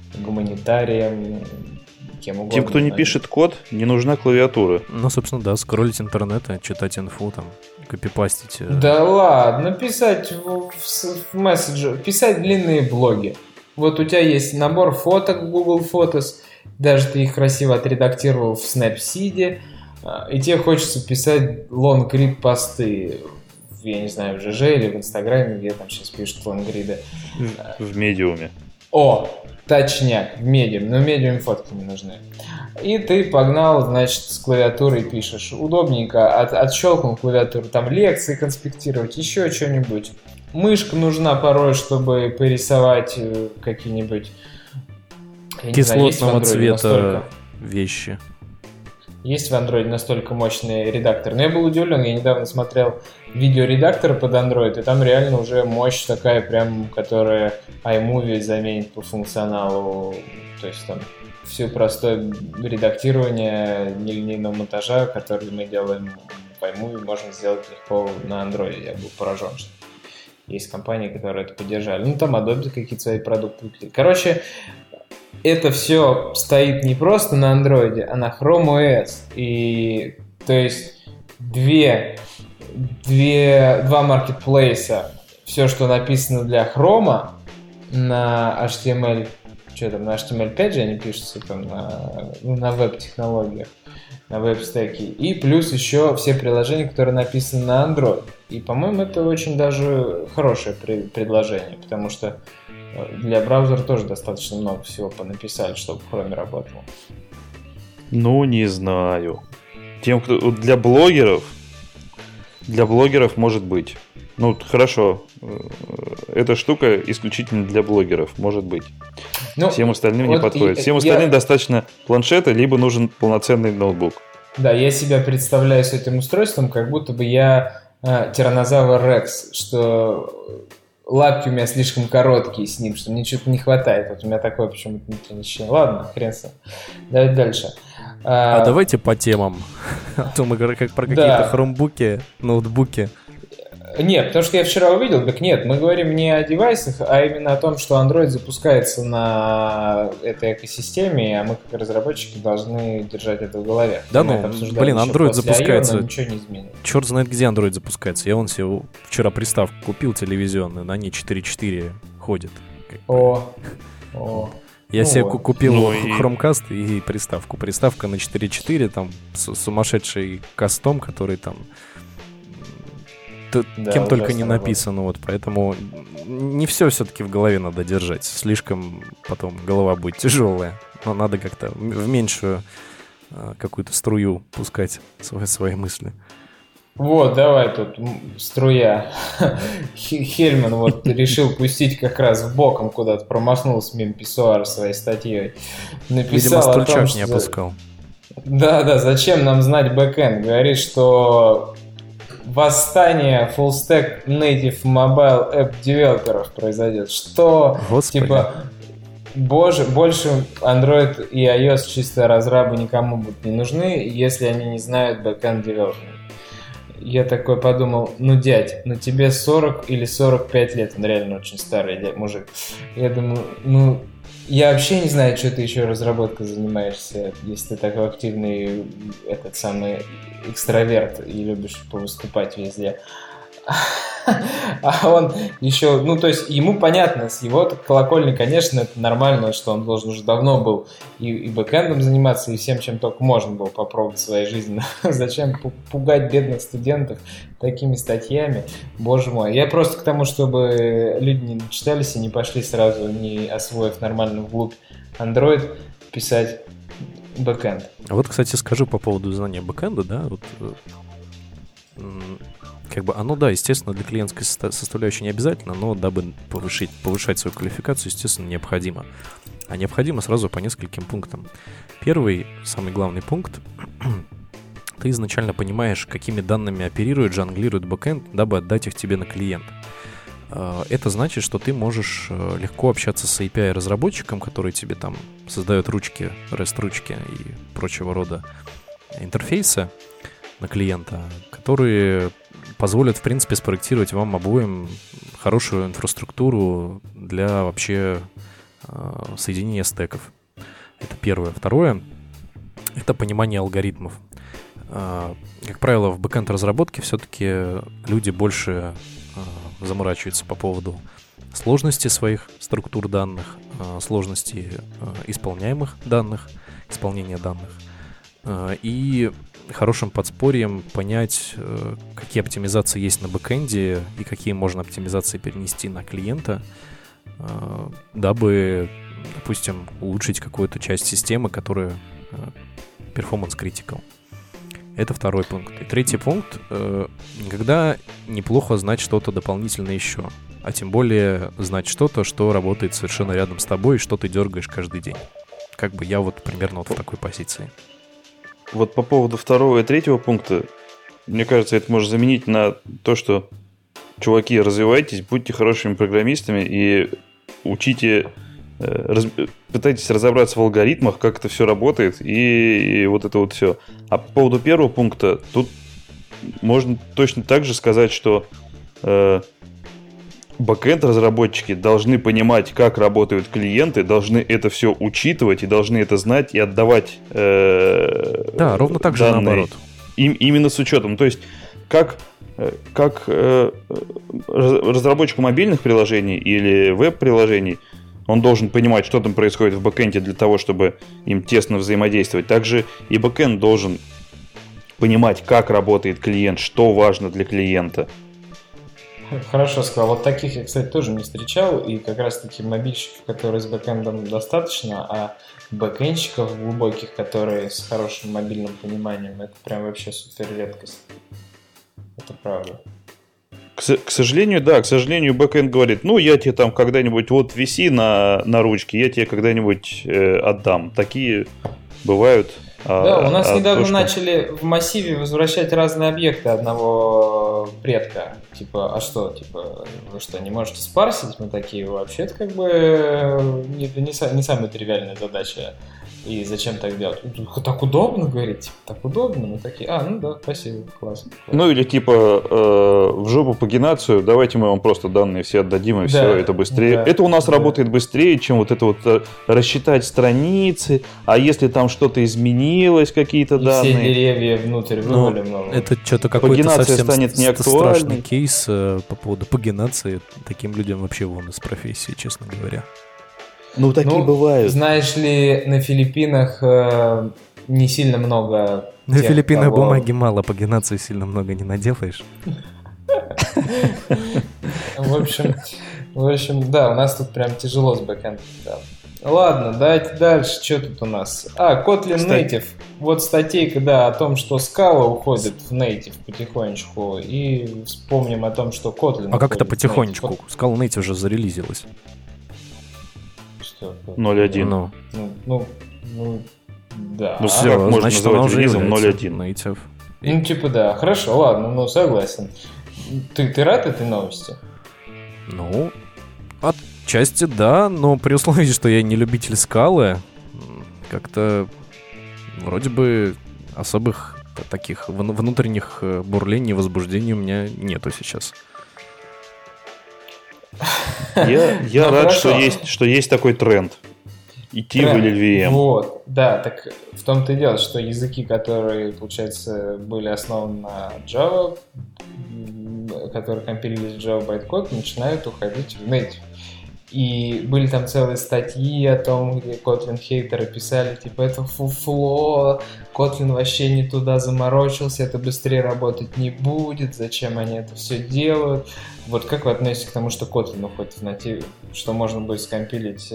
гуманитарием, кем угодно. Тем, кто не пишет код, не нужна клавиатура. Ну, собственно, да, скроллить интернет, читать инфу, там, копипастить. Да ладно, писать в мессенджер, писать длинные блоги. Вот у тебя есть набор фоток в Google Photos, даже ты их красиво отредактировал в Snapseed, и тебе хочется писать лонгрид посты, я не знаю, в ЖЖ или в Инстаграме, где там сейчас пишут лонгриды. В Медиуме. О, точняк, в Medium, но в Medium фотки не нужны. И ты погнал, значит, с клавиатурой пишешь. Удобненько, отщелкнул клавиатуру, там лекции конспектировать, еще что-нибудь. Мышка нужна порой, чтобы порисовать какие-нибудь... кислотного цвета вещи. Есть в Android настолько мощный редактор. Но я был удивлен, я недавно смотрел видеоредактор под Android, и там реально уже мощь такая прям, которая iMovie заменит по функционалу. То есть там все простое редактирование нелинейного монтажа, который мы делаем в iMovie, можно сделать легко на Android. Я был поражен, что есть компании, которые это поддержали. Ну, там Adobe какие-то свои продукты выпустили. Короче, это все стоит не просто на Android, а на Chrome OS. И, то есть, два маркетплейса. Все, что написано для Chrome на HTML, что там, на HTML5 же они пишутся там на веб-технологиях, на веб-стеке. И плюс еще все приложения, которые написаны на Android. И, по-моему, это очень даже хорошее предложение, потому что для браузера тоже достаточно много всего понаписали, чтобы в Chrome работало. Ну, не знаю. Тем, кто... Для блогеров может быть. Ну, хорошо. Эта штука исключительно для блогеров, может быть. Ну, всем остальным вот не подходит. Всем остальным достаточно планшета, либо нужен полноценный ноутбук. Да, я себя представляю с этим устройством, как будто бы я тираннозавр Рекс, что лапки у меня слишком короткие с ним, что мне что-то не хватает. Вот у меня такое почему-то внутреннее ощущение. Ладно, хрен с ним. Давайте дальше. А давайте по темам. А то мы как про какие-то хромбуки, ноутбуки. Нет, потому что я вчера увидел, так нет, мы говорим не о девайсах, а именно о том, что Android запускается на этой экосистеме, а мы как разработчики должны держать это в голове. Да, ну, блин, Android запускается. IO, ничего не изменит. Черт знает, где Android запускается. Я вон себе вчера приставку купил телевизионную, на ней 4.4 ходит. Я себе купил Chromecast и приставку. Приставка на 4.4, там сумасшедший кастом, который там кем только не написано, вот, поэтому не все-таки в голове надо держать, слишком потом голова будет тяжелая, но надо как-то в меньшую какую-то струю пускать свои мысли. Вот, давай тут струя. Хельман вот решил пустить как раз в боком куда-то, промахнулся мимо писсуара своей статьей. Видимо, стульчак не опускал. Да, зачем нам знать бэкэнд? Говорит, что восстание Full Stack Native Mobile App девелоперов произойдет. Что, Господи. Типа, больше Android и iOS чисто разрабы никому будут не нужны, если они не знают backend development. Я такой подумал, дядь, тебе 40 или 45 лет, он реально очень старый мужик. Я думаю, я вообще не знаю, что ты еще разработкой занимаешься, если ты такой активный, этот самый экстраверт и любишь повыступать везде. А он еще, то есть ему понятно, с его колокольни, конечно, это нормально, что он должен уже давно был и бэкэндом заниматься, и всем, чем только можно было попробовать в своей жизни. Зачем пугать бедных студентов такими статьями? Боже мой. Я просто к тому, чтобы люди не читались и не пошли сразу, не освоив нормально вглубь Android, писать бэкэнд. А вот, кстати, скажу по поводу знания бэкэнда, да, вот... Как бы оно, да, естественно, для клиентской составляющей не обязательно, но дабы повышать свою квалификацию, естественно, необходимо. А необходимо сразу по нескольким пунктам. Первый, самый главный пункт, ты изначально понимаешь, какими данными оперирует, жонглирует бэкэнд, дабы отдать их тебе на клиент. Это значит, что ты можешь легко общаться с API-разработчиком, который тебе там создает ручки, REST-ручки и прочего рода интерфейсы на клиента, которые позволят, в принципе, спроектировать вам обоим хорошую инфраструктуру для вообще соединение стеков. Это первое. Второе — это понимание алгоритмов. Как правило, в бэкэнд-разработке все-таки люди больше заморачиваются по поводу сложности своих структур данных, сложности исполняемых данных, исполнения данных. И хорошим подспорьем понять, какие оптимизации есть на бэкэнде и какие можно оптимизации перенести на клиента, дабы, допустим, улучшить какую-то часть системы, которая performance critical. Это второй пункт. И третий пункт. Никогда неплохо знать что-то дополнительное еще. А тем более знать что-то, что работает совершенно рядом с тобой и что ты дергаешь каждый день. Как бы я вот примерно вот в такой позиции. Вот по поводу второго и третьего пункта, мне кажется, это можно заменить на то, что чуваки, развивайтесь, будьте хорошими программистами и учите, пытайтесь разобраться в алгоритмах, как это все работает, и вот это вот все. А по поводу первого пункта, тут можно точно так же сказать, что бэкэнд-разработчики должны понимать, как работают клиенты, должны это все учитывать и должны это знать и отдавать да, ровно так же наоборот. Именно с учетом. То есть, как разработчик мобильных приложений или веб-приложений, он должен понимать, что там происходит в бэкэнде для того, чтобы им тесно взаимодействовать. Также и бэкэнд должен понимать, как работает клиент, что важно для клиента. Хорошо сказал. Вот таких я, кстати, тоже не встречал. И как раз-таки мобильщиков, которые с бэкэндом достаточно, а бэкэндщиков глубоких, которые с хорошим мобильным пониманием, это прям вообще супер редкость. Это правда. К сожалению, да, к сожалению, бэкэнд говорит, ну, я тебе там когда-нибудь вот виси на ручке, я тебе когда-нибудь отдам. Такие бывают. Да, у нас недавно начали в массиве возвращать разные объекты одного предка. Типа, а что, типа, вы что, не можете спарсить? Мы такие, вообще, это как бы не самая тривиальная задача. И зачем так делать? Так удобно, говорит, типа, так удобно. Мы такие, ну да, спасибо, класс. Ну или типа в жопу пагинацию, давайте мы вам просто данные все отдадим, и да, все, это быстрее. Да, это у нас работает быстрее, чем вот это вот рассчитать страницы, а если там что-то изменилось, какие-то и данные. Все деревья внутрь вывалим. Это что-то какой-то совсем станет страшный кейс по поводу пагинации. Таким людям вообще вон из профессии, честно говоря. Ну, такие бывают. Знаешь ли, на Филиппинах не сильно много... На Филиппинах бумаги мало, пагинации сильно много не наделаешь. В общем, да, у нас тут прям тяжело с бэкэндом. Да. Ладно, давайте дальше. Что тут у нас? Kotlin Native. Вот статейка, да, о том, что Scala уходит в Native потихонечку. И вспомним о том, что Kotlin... А как это потихонечку? Scala Native уже зарелизилась. 0.1. Да. Ну, все, как можно называть релизом 0.1. Ну, типа, да. Хорошо, ладно, согласен. Ты рад этой новости? Ну, отчасти да, но при условии, что я не любитель скалы, как-то вроде бы особых таких внутренних бурлений, возбуждений у меня нету сейчас. Я рад, что есть такой тренд. Идти в LLVM. Вот, да, так в том-то и дело, что языки, которые, получается, были основаны на Java, которые компилились в Java bytecode, начинают уходить в Native. И были там целые статьи о том, где Kotlin хейтеры писали, типа, это фуфло, Kotlin вообще не туда заморочился, это быстрее работать не будет, зачем они это все делают. Вот как вы относитесь к тому, что Kotlin уходит в Native, что можно будет скомпилить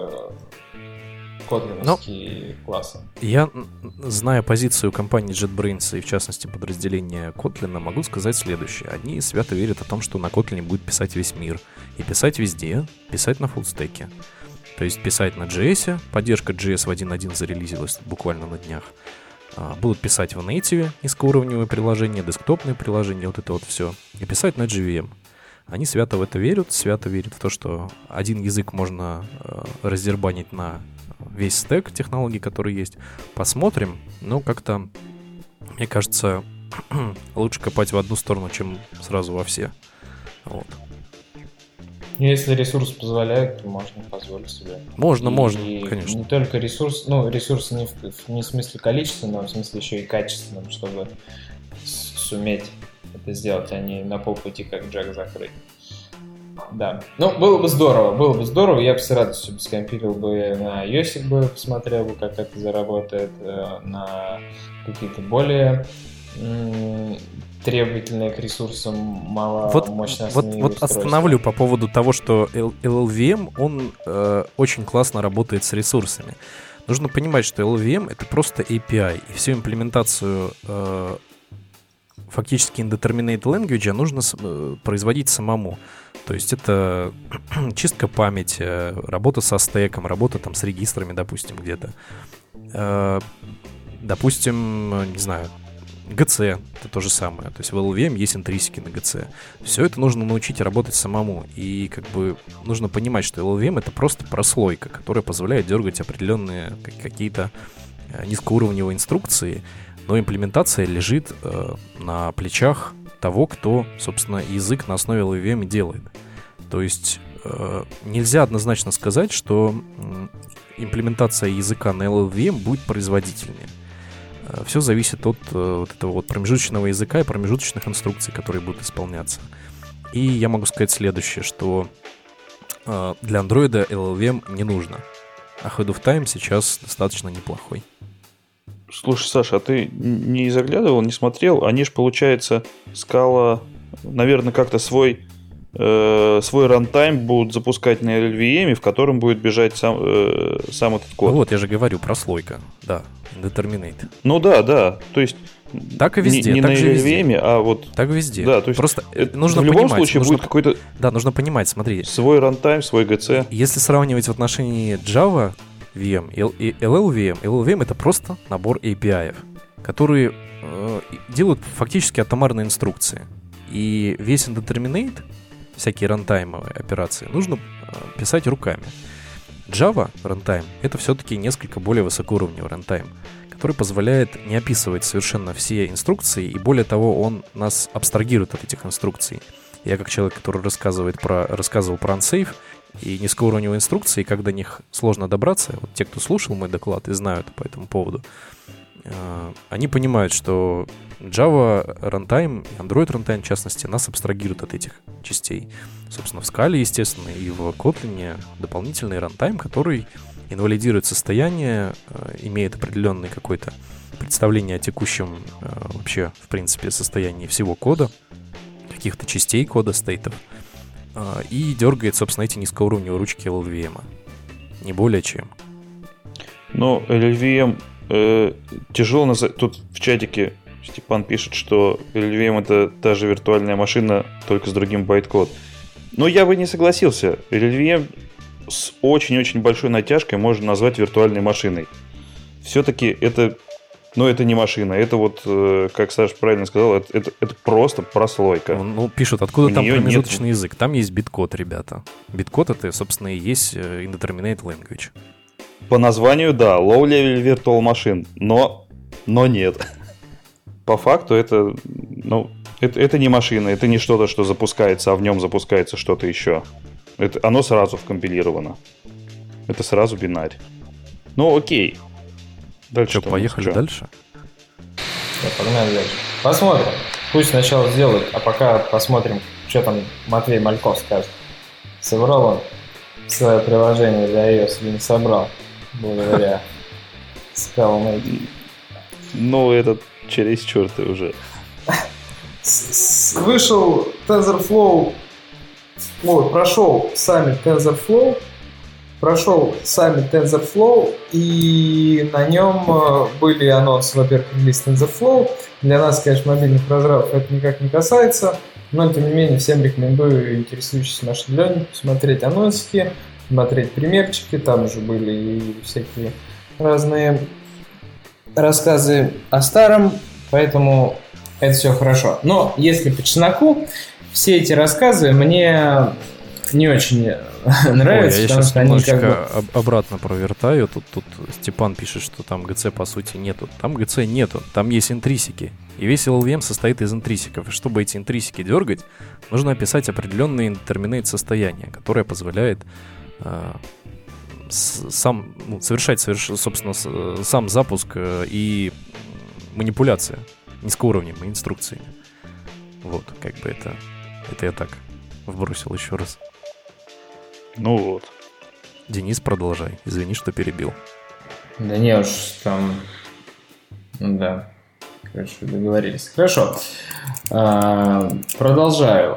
котлиновские классы? Я, зная позицию компании JetBrains и, в частности, подразделения Kotlin, могу сказать следующее. Они свято верят о том, что на Kotlin будет писать весь мир. И писать везде, писать на фуллстеке. То есть писать на JS, поддержка JS в 1.1 зарелизилась буквально на днях. Будут писать в Native низкоуровневые приложения, десктопные приложения, вот это вот все. И писать на JVM. Они свято в это верят, свято верят в то, что один язык можно раздербанить на весь стек технологий, которые есть. Посмотрим. Ну, как-то, мне кажется, лучше копать в одну сторону, чем сразу во все. Вот. Если ресурс позволяет, то можно позволить себе. Можно, конечно. Не только ресурс, ресурсы не в смысле количественном, а в смысле еще и качественном, чтобы суметь это сделать, а не на полпути как джек закрыть. Да. Было бы здорово. Я бы с радостью скомпилил бы на iOS, бы посмотрел бы, как это заработает, на какие-то более требовательные к ресурсам маломощностные вот остановлю по поводу того, что LLVM, он очень классно работает с ресурсами. Нужно понимать, что LLVM — это просто API, и всю имплементацию фактически indeterminate language нужно производить самому. То есть это чистка памяти, работа со стеком, работа там с регистрами, допустим, где-то. Допустим, не знаю, GC — это то же самое. То есть в LLVM есть интрисики на GC. Все это нужно научить работать самому. И как бы нужно понимать, что LLVM — это просто прослойка, которая позволяет дергать определенные какие-то низкоуровневые инструкции, но имплементация лежит на плечах того, кто, собственно, язык на основе LLVM делает. То есть нельзя однозначно сказать, что имплементация языка на LLVM будет производительнее. Все зависит от вот этого вот промежуточного языка и промежуточных инструкций, которые будут исполняться. И я могу сказать следующее, что для Android LLVM не нужно, а Head of Time сейчас достаточно неплохой. Слушай, Саша, а ты не заглядывал, не смотрел? Они же, получается, Scala, наверное, как-то свой рантайм будут запускать на LLVM, в котором будет бежать сам этот код. Ну вот, я же говорю, прослойка, да, indeterminate. Ну да, то есть так и везде, не так на же LLVM, везде. А вот... Так везде. Да, то есть просто нужно в любом понимать, случае будет какой-то... Да, нужно понимать, смотри. Свой рантайм, свой GC. Если сравнивать в отношении Java VM и LLVM это просто набор API, которые делают фактически атомарные инструкции. И весь indeterminate, всякие рантаймовые операции, нужно писать руками. Java рантайм — это все-таки несколько более высокоуровневый рантайм, который позволяет не описывать совершенно все инструкции, и более того, он нас абстрагирует от этих инструкций. Я как человек, который рассказывал про unsafe и низкоуровневые инструкции, и как до них сложно добраться, вот те, кто слушал мой доклад и знают по этому поводу, они понимают, что Java runtime и Android runtime, в частности, нас абстрагируют от этих частей. Собственно, в Scala, естественно, и в Kotlin дополнительный runtime, который инвалидирует состояние, имеет определенное какое-то представление о текущем вообще, в принципе, состоянии всего кода, каких-то частей кода, стейтов, и дергает, собственно, эти низкоуровневые ручки LLVM. Не более чем. Но LLVM тяжело назвать. Тут в чатике Степан пишет, что LLVM — это та же виртуальная машина, только с другим байткод. Но я бы не согласился. LLVM с очень-очень большой натяжкой можно назвать виртуальной машиной. Все-таки это не машина. Это вот, как Саша правильно сказал, это просто прослойка. Ну, пишут, откуда там промежуточный язык. Там есть биткод, ребята. Биткод — это, собственно, и есть indeterminate language. По названию, да, low-level virtual machine, но нет. По факту это не машина, это не что-то, что запускается, а в нем запускается что-то еще. Оно сразу вкомпилировано. Это сразу бинарь. Ну, окей. Дальше что, поехали дальше? Да, погнали дальше. Посмотрим. Пусть сначала сделают, а пока посмотрим, что там Матвей Мальков скажет. Собрал он свое приложение для iOS или не собрал, благодаря Scala. Ну, это чересчур ты уже. Вышел TensorFlow, прошел саммит TensorFlow, и на нем были анонсы, во-первых, релиз TensorFlow. Для нас, конечно, мобильных разрабов это никак не касается, но, тем не менее, всем рекомендую, интересующимся машин learning, смотреть анонсики, смотреть примерчики. Там уже были и всякие разные рассказы о старом, поэтому это все хорошо. Но если по чесноку, все эти рассказы мне не очень нравится, я потому сейчас что они немножечко обратно провертаю. Тут Степан пишет, что там GC по сути нету. Там GC нету, там есть интрисики. И весь LLVM состоит из интрисиков. И чтобы эти интрисики дергать, нужно описать определенные терминейт состояния, которое позволяет совершать, собственно, сам запуск и манипуляция низкоуровневыми инструкциями. Вот, как бы это я так вбросил еще раз. Ну вот. Денис, продолжай. Извини, что перебил. Да не уж там... Да. Хорошо, договорились. Хорошо. Продолжаю.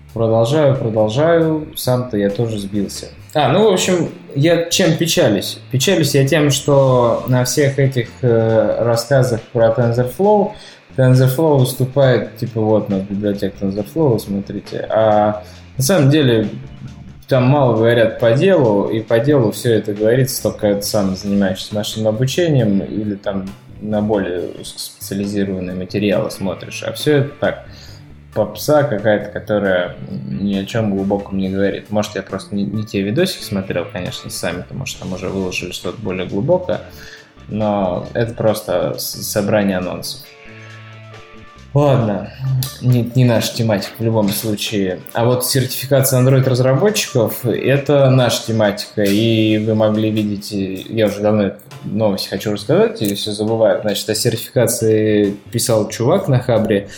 Сам-то я тоже сбился. В общем, я чем печалюсь? Печалюсь я тем, что на всех этих рассказах про TensorFlow выступает, типа, вот, на библиотеке TensorFlow, смотрите. А на самом деле там мало говорят по делу, и по делу все это говорится только сам занимаешься машинным обучением или там на более узкоспециализированные материалы смотришь. А все это так, попса какая-то, которая ни о чем глубоком не говорит. Может, я просто не те видосики смотрел, конечно, сами-то, может, там уже выложили что-то более глубокое, но это просто собрание анонсов. Ладно, не наша тематика в любом случае. А вот сертификация Android-разработчиков – это наша тематика. И вы могли видеть, я уже давно эту новость хочу рассказать, и все забываю. Значит, о сертификации писал чувак на Хабре.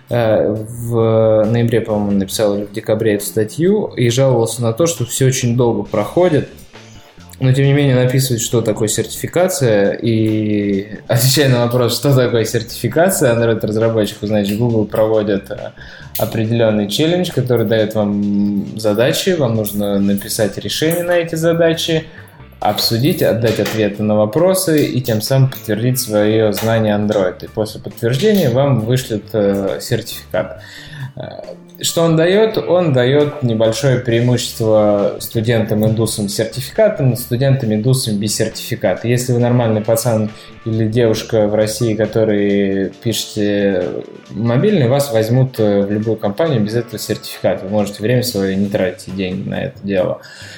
В ноябре, по-моему, написал, или в декабре эту статью, и жаловался на то, что все очень долго проходит. Но, тем не менее, написывает, что такое сертификация, и отвечая на вопрос, что такое сертификация Android-разработчиков, значит, Google проводит определенный челлендж, который дает вам задачи, вам нужно написать решение на эти задачи, обсудить, отдать ответы на вопросы и тем самым подтвердить свое знание Android. И после подтверждения вам вышлют сертификат. Что он дает? Он дает небольшое преимущество студентам-индусам с сертификатом, студентам-индусам без сертификата. Если вы нормальный пацан или девушка в России, которые пишете мобильный, вас возьмут в любую компанию без этого сертификата. Вы можете время свое не тратить и деньги на это дело.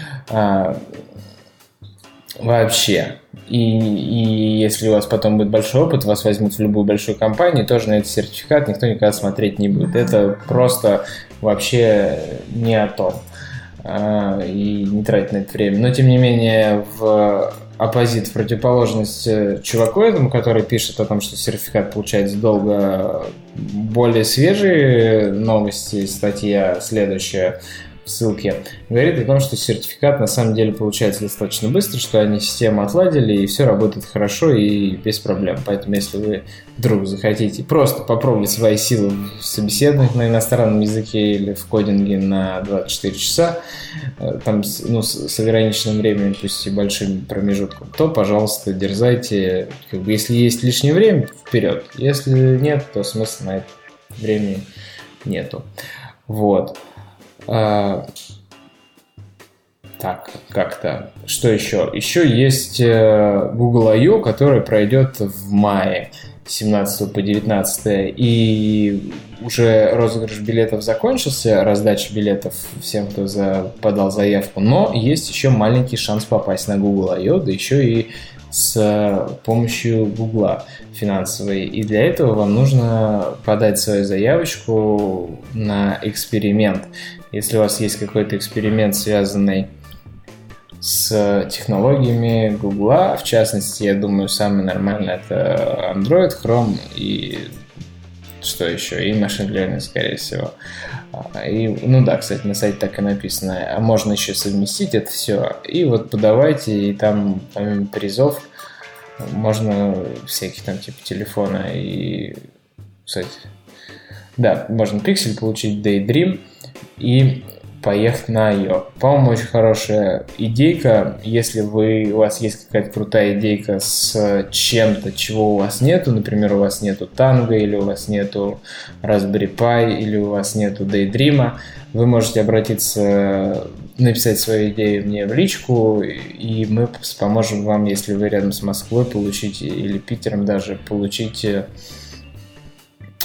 Вообще. И если у вас потом будет большой опыт, вас возьмут в любую большую компанию, тоже на этот сертификат никто никогда смотреть не будет. Это просто вообще не о том. И не тратить на это время. Но, тем не менее, в противоположность чуваку этому, который пишет о том, что сертификат получается долго, более свежие новости, статья следующая, в ссылке, говорит о том, что сертификат на самом деле получается достаточно быстро, что они систему отладили, и все работает хорошо и без проблем. Поэтому, если вы вдруг захотите просто попробовать свои силы в собеседованиях на иностранном языке или в кодинге на 24 часа, там, с ограниченным временем, пусть и большим промежутком, то, пожалуйста, дерзайте. Если есть лишнее время, вперед. Если нет, то смысла на это времени нету. Вот. Так, как-то. Что еще? Еще есть Google I.O., который пройдет в мае 17 по 19. И уже розыгрыш билетов закончился, раздача билетов всем, кто подал заявку. Но есть еще маленький шанс попасть на Google I.O., да еще и с помощью Гугла финансовой. И для этого вам нужно подать свою заявочку на эксперимент. Если у вас есть какой-то эксперимент, связанный с технологиями Гугла, в частности, я думаю, самый нормальный это Android, Chrome и что еще? И Machine Learning, скорее всего. Кстати, на сайте так и написано. А можно еще совместить это все. И вот подавайте, и там помимо призов можно всяких там типа телефона и, кстати, да, можно пиксель получить, Daydream и поехать на I.O. По-моему, очень хорошая идейка. Если у вас есть какая-то крутая идейка с чем-то, чего у вас нету, например, у вас нету Tango, или у вас нету Raspberry Pi, или у вас нету Daydream, вы можете обратиться, написать свою идею мне в личку, и мы поможем вам, если вы рядом с Москвой, получить, или Питером даже, получить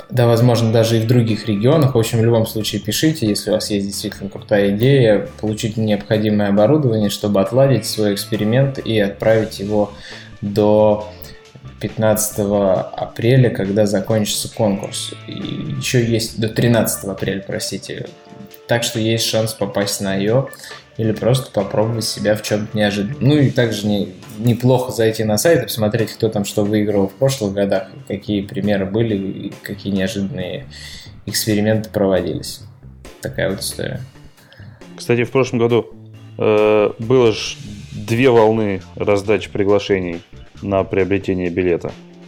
да, возможно, даже и в других регионах. В общем, в любом случае пишите, если у вас есть действительно крутая идея, получить необходимое оборудование, чтобы отладить свой эксперимент и отправить его до 15 апреля, когда закончится конкурс. И еще есть до 13 апреля, простите. Так что есть шанс попасть на I.O. или просто попробовать себя в чем-то неожиданном. Ну и также неплохо зайти на сайт и посмотреть, кто там что выигрывал в прошлых годах, какие примеры были и какие неожиданные эксперименты проводились. Такая вот история. Кстати, в прошлом году было же 2 волны раздачи приглашений на приобретение билета.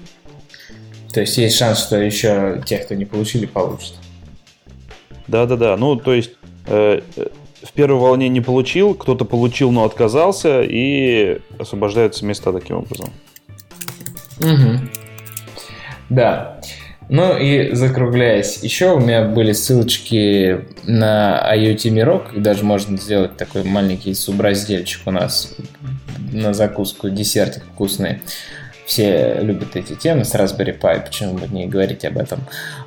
То есть есть шанс, что еще те, кто не получили, получат. Да. Ну, то есть в первой волне не получил, кто-то получил, но отказался, и освобождаются места таким образом. Угу. Да. Ну и закругляясь, еще у меня были ссылочки на IoT Мирок, даже можно сделать такой маленький субразделчик у нас на закуску, десертик вкусный. Все любят эти темы с Raspberry Pi, почему бы не говорить об этом.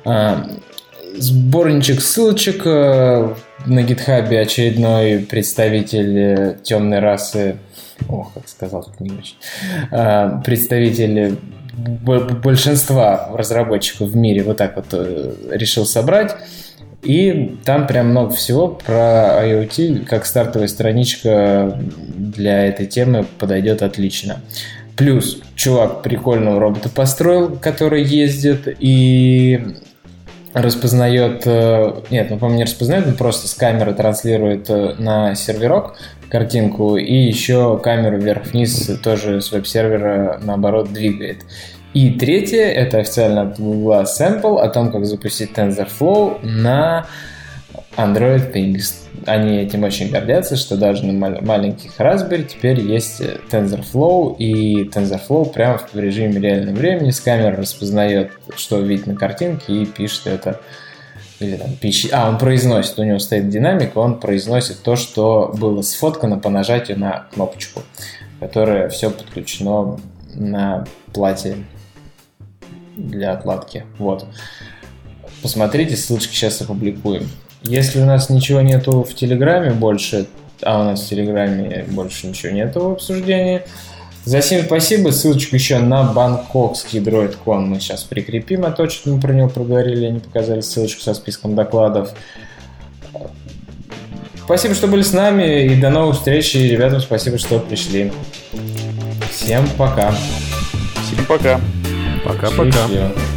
Сборничек ссылочек на гитхабе, очередной представитель темной расы, как сказал, не очень, представитель большинства разработчиков в мире вот так вот решил собрать. И там прям много всего про IoT, как стартовая страничка для этой темы подойдет отлично. Плюс чувак прикольного робота построил, который ездит и распознает... Нет, по-моему, не распознает, он просто с камеры транслирует на серверок картинку, и еще камеру вверх-вниз тоже с веб-сервера, наоборот, двигает. И третье, это официально от Google Sample о том, как запустить TensorFlow на Android Things. Они этим очень гордятся, что даже на маленьких Raspberry теперь есть TensorFlow, и TensorFlow прямо в режиме реального времени с камеры распознает, что видит на картинке, и пишет это. Или там пишет. Он произносит, у него стоит динамика, он произносит то, что было сфоткано по нажатию на кнопочку, которая все подключено на плате для отладки. Вот. Посмотрите, ссылочки сейчас опубликуем. Если у нас ничего нету в Телеграме больше, а у нас в Телеграме больше ничего нету в обсуждении, за всем спасибо. Ссылочку еще на бангкокский DroidCon мы сейчас прикрепим, а то, что мы про него проговорили, они показали ссылочку со списком докладов. Спасибо, что были с нами, и до новых встреч, и ребятам спасибо, что пришли. Всем пока. Всем пока. Пока-пока.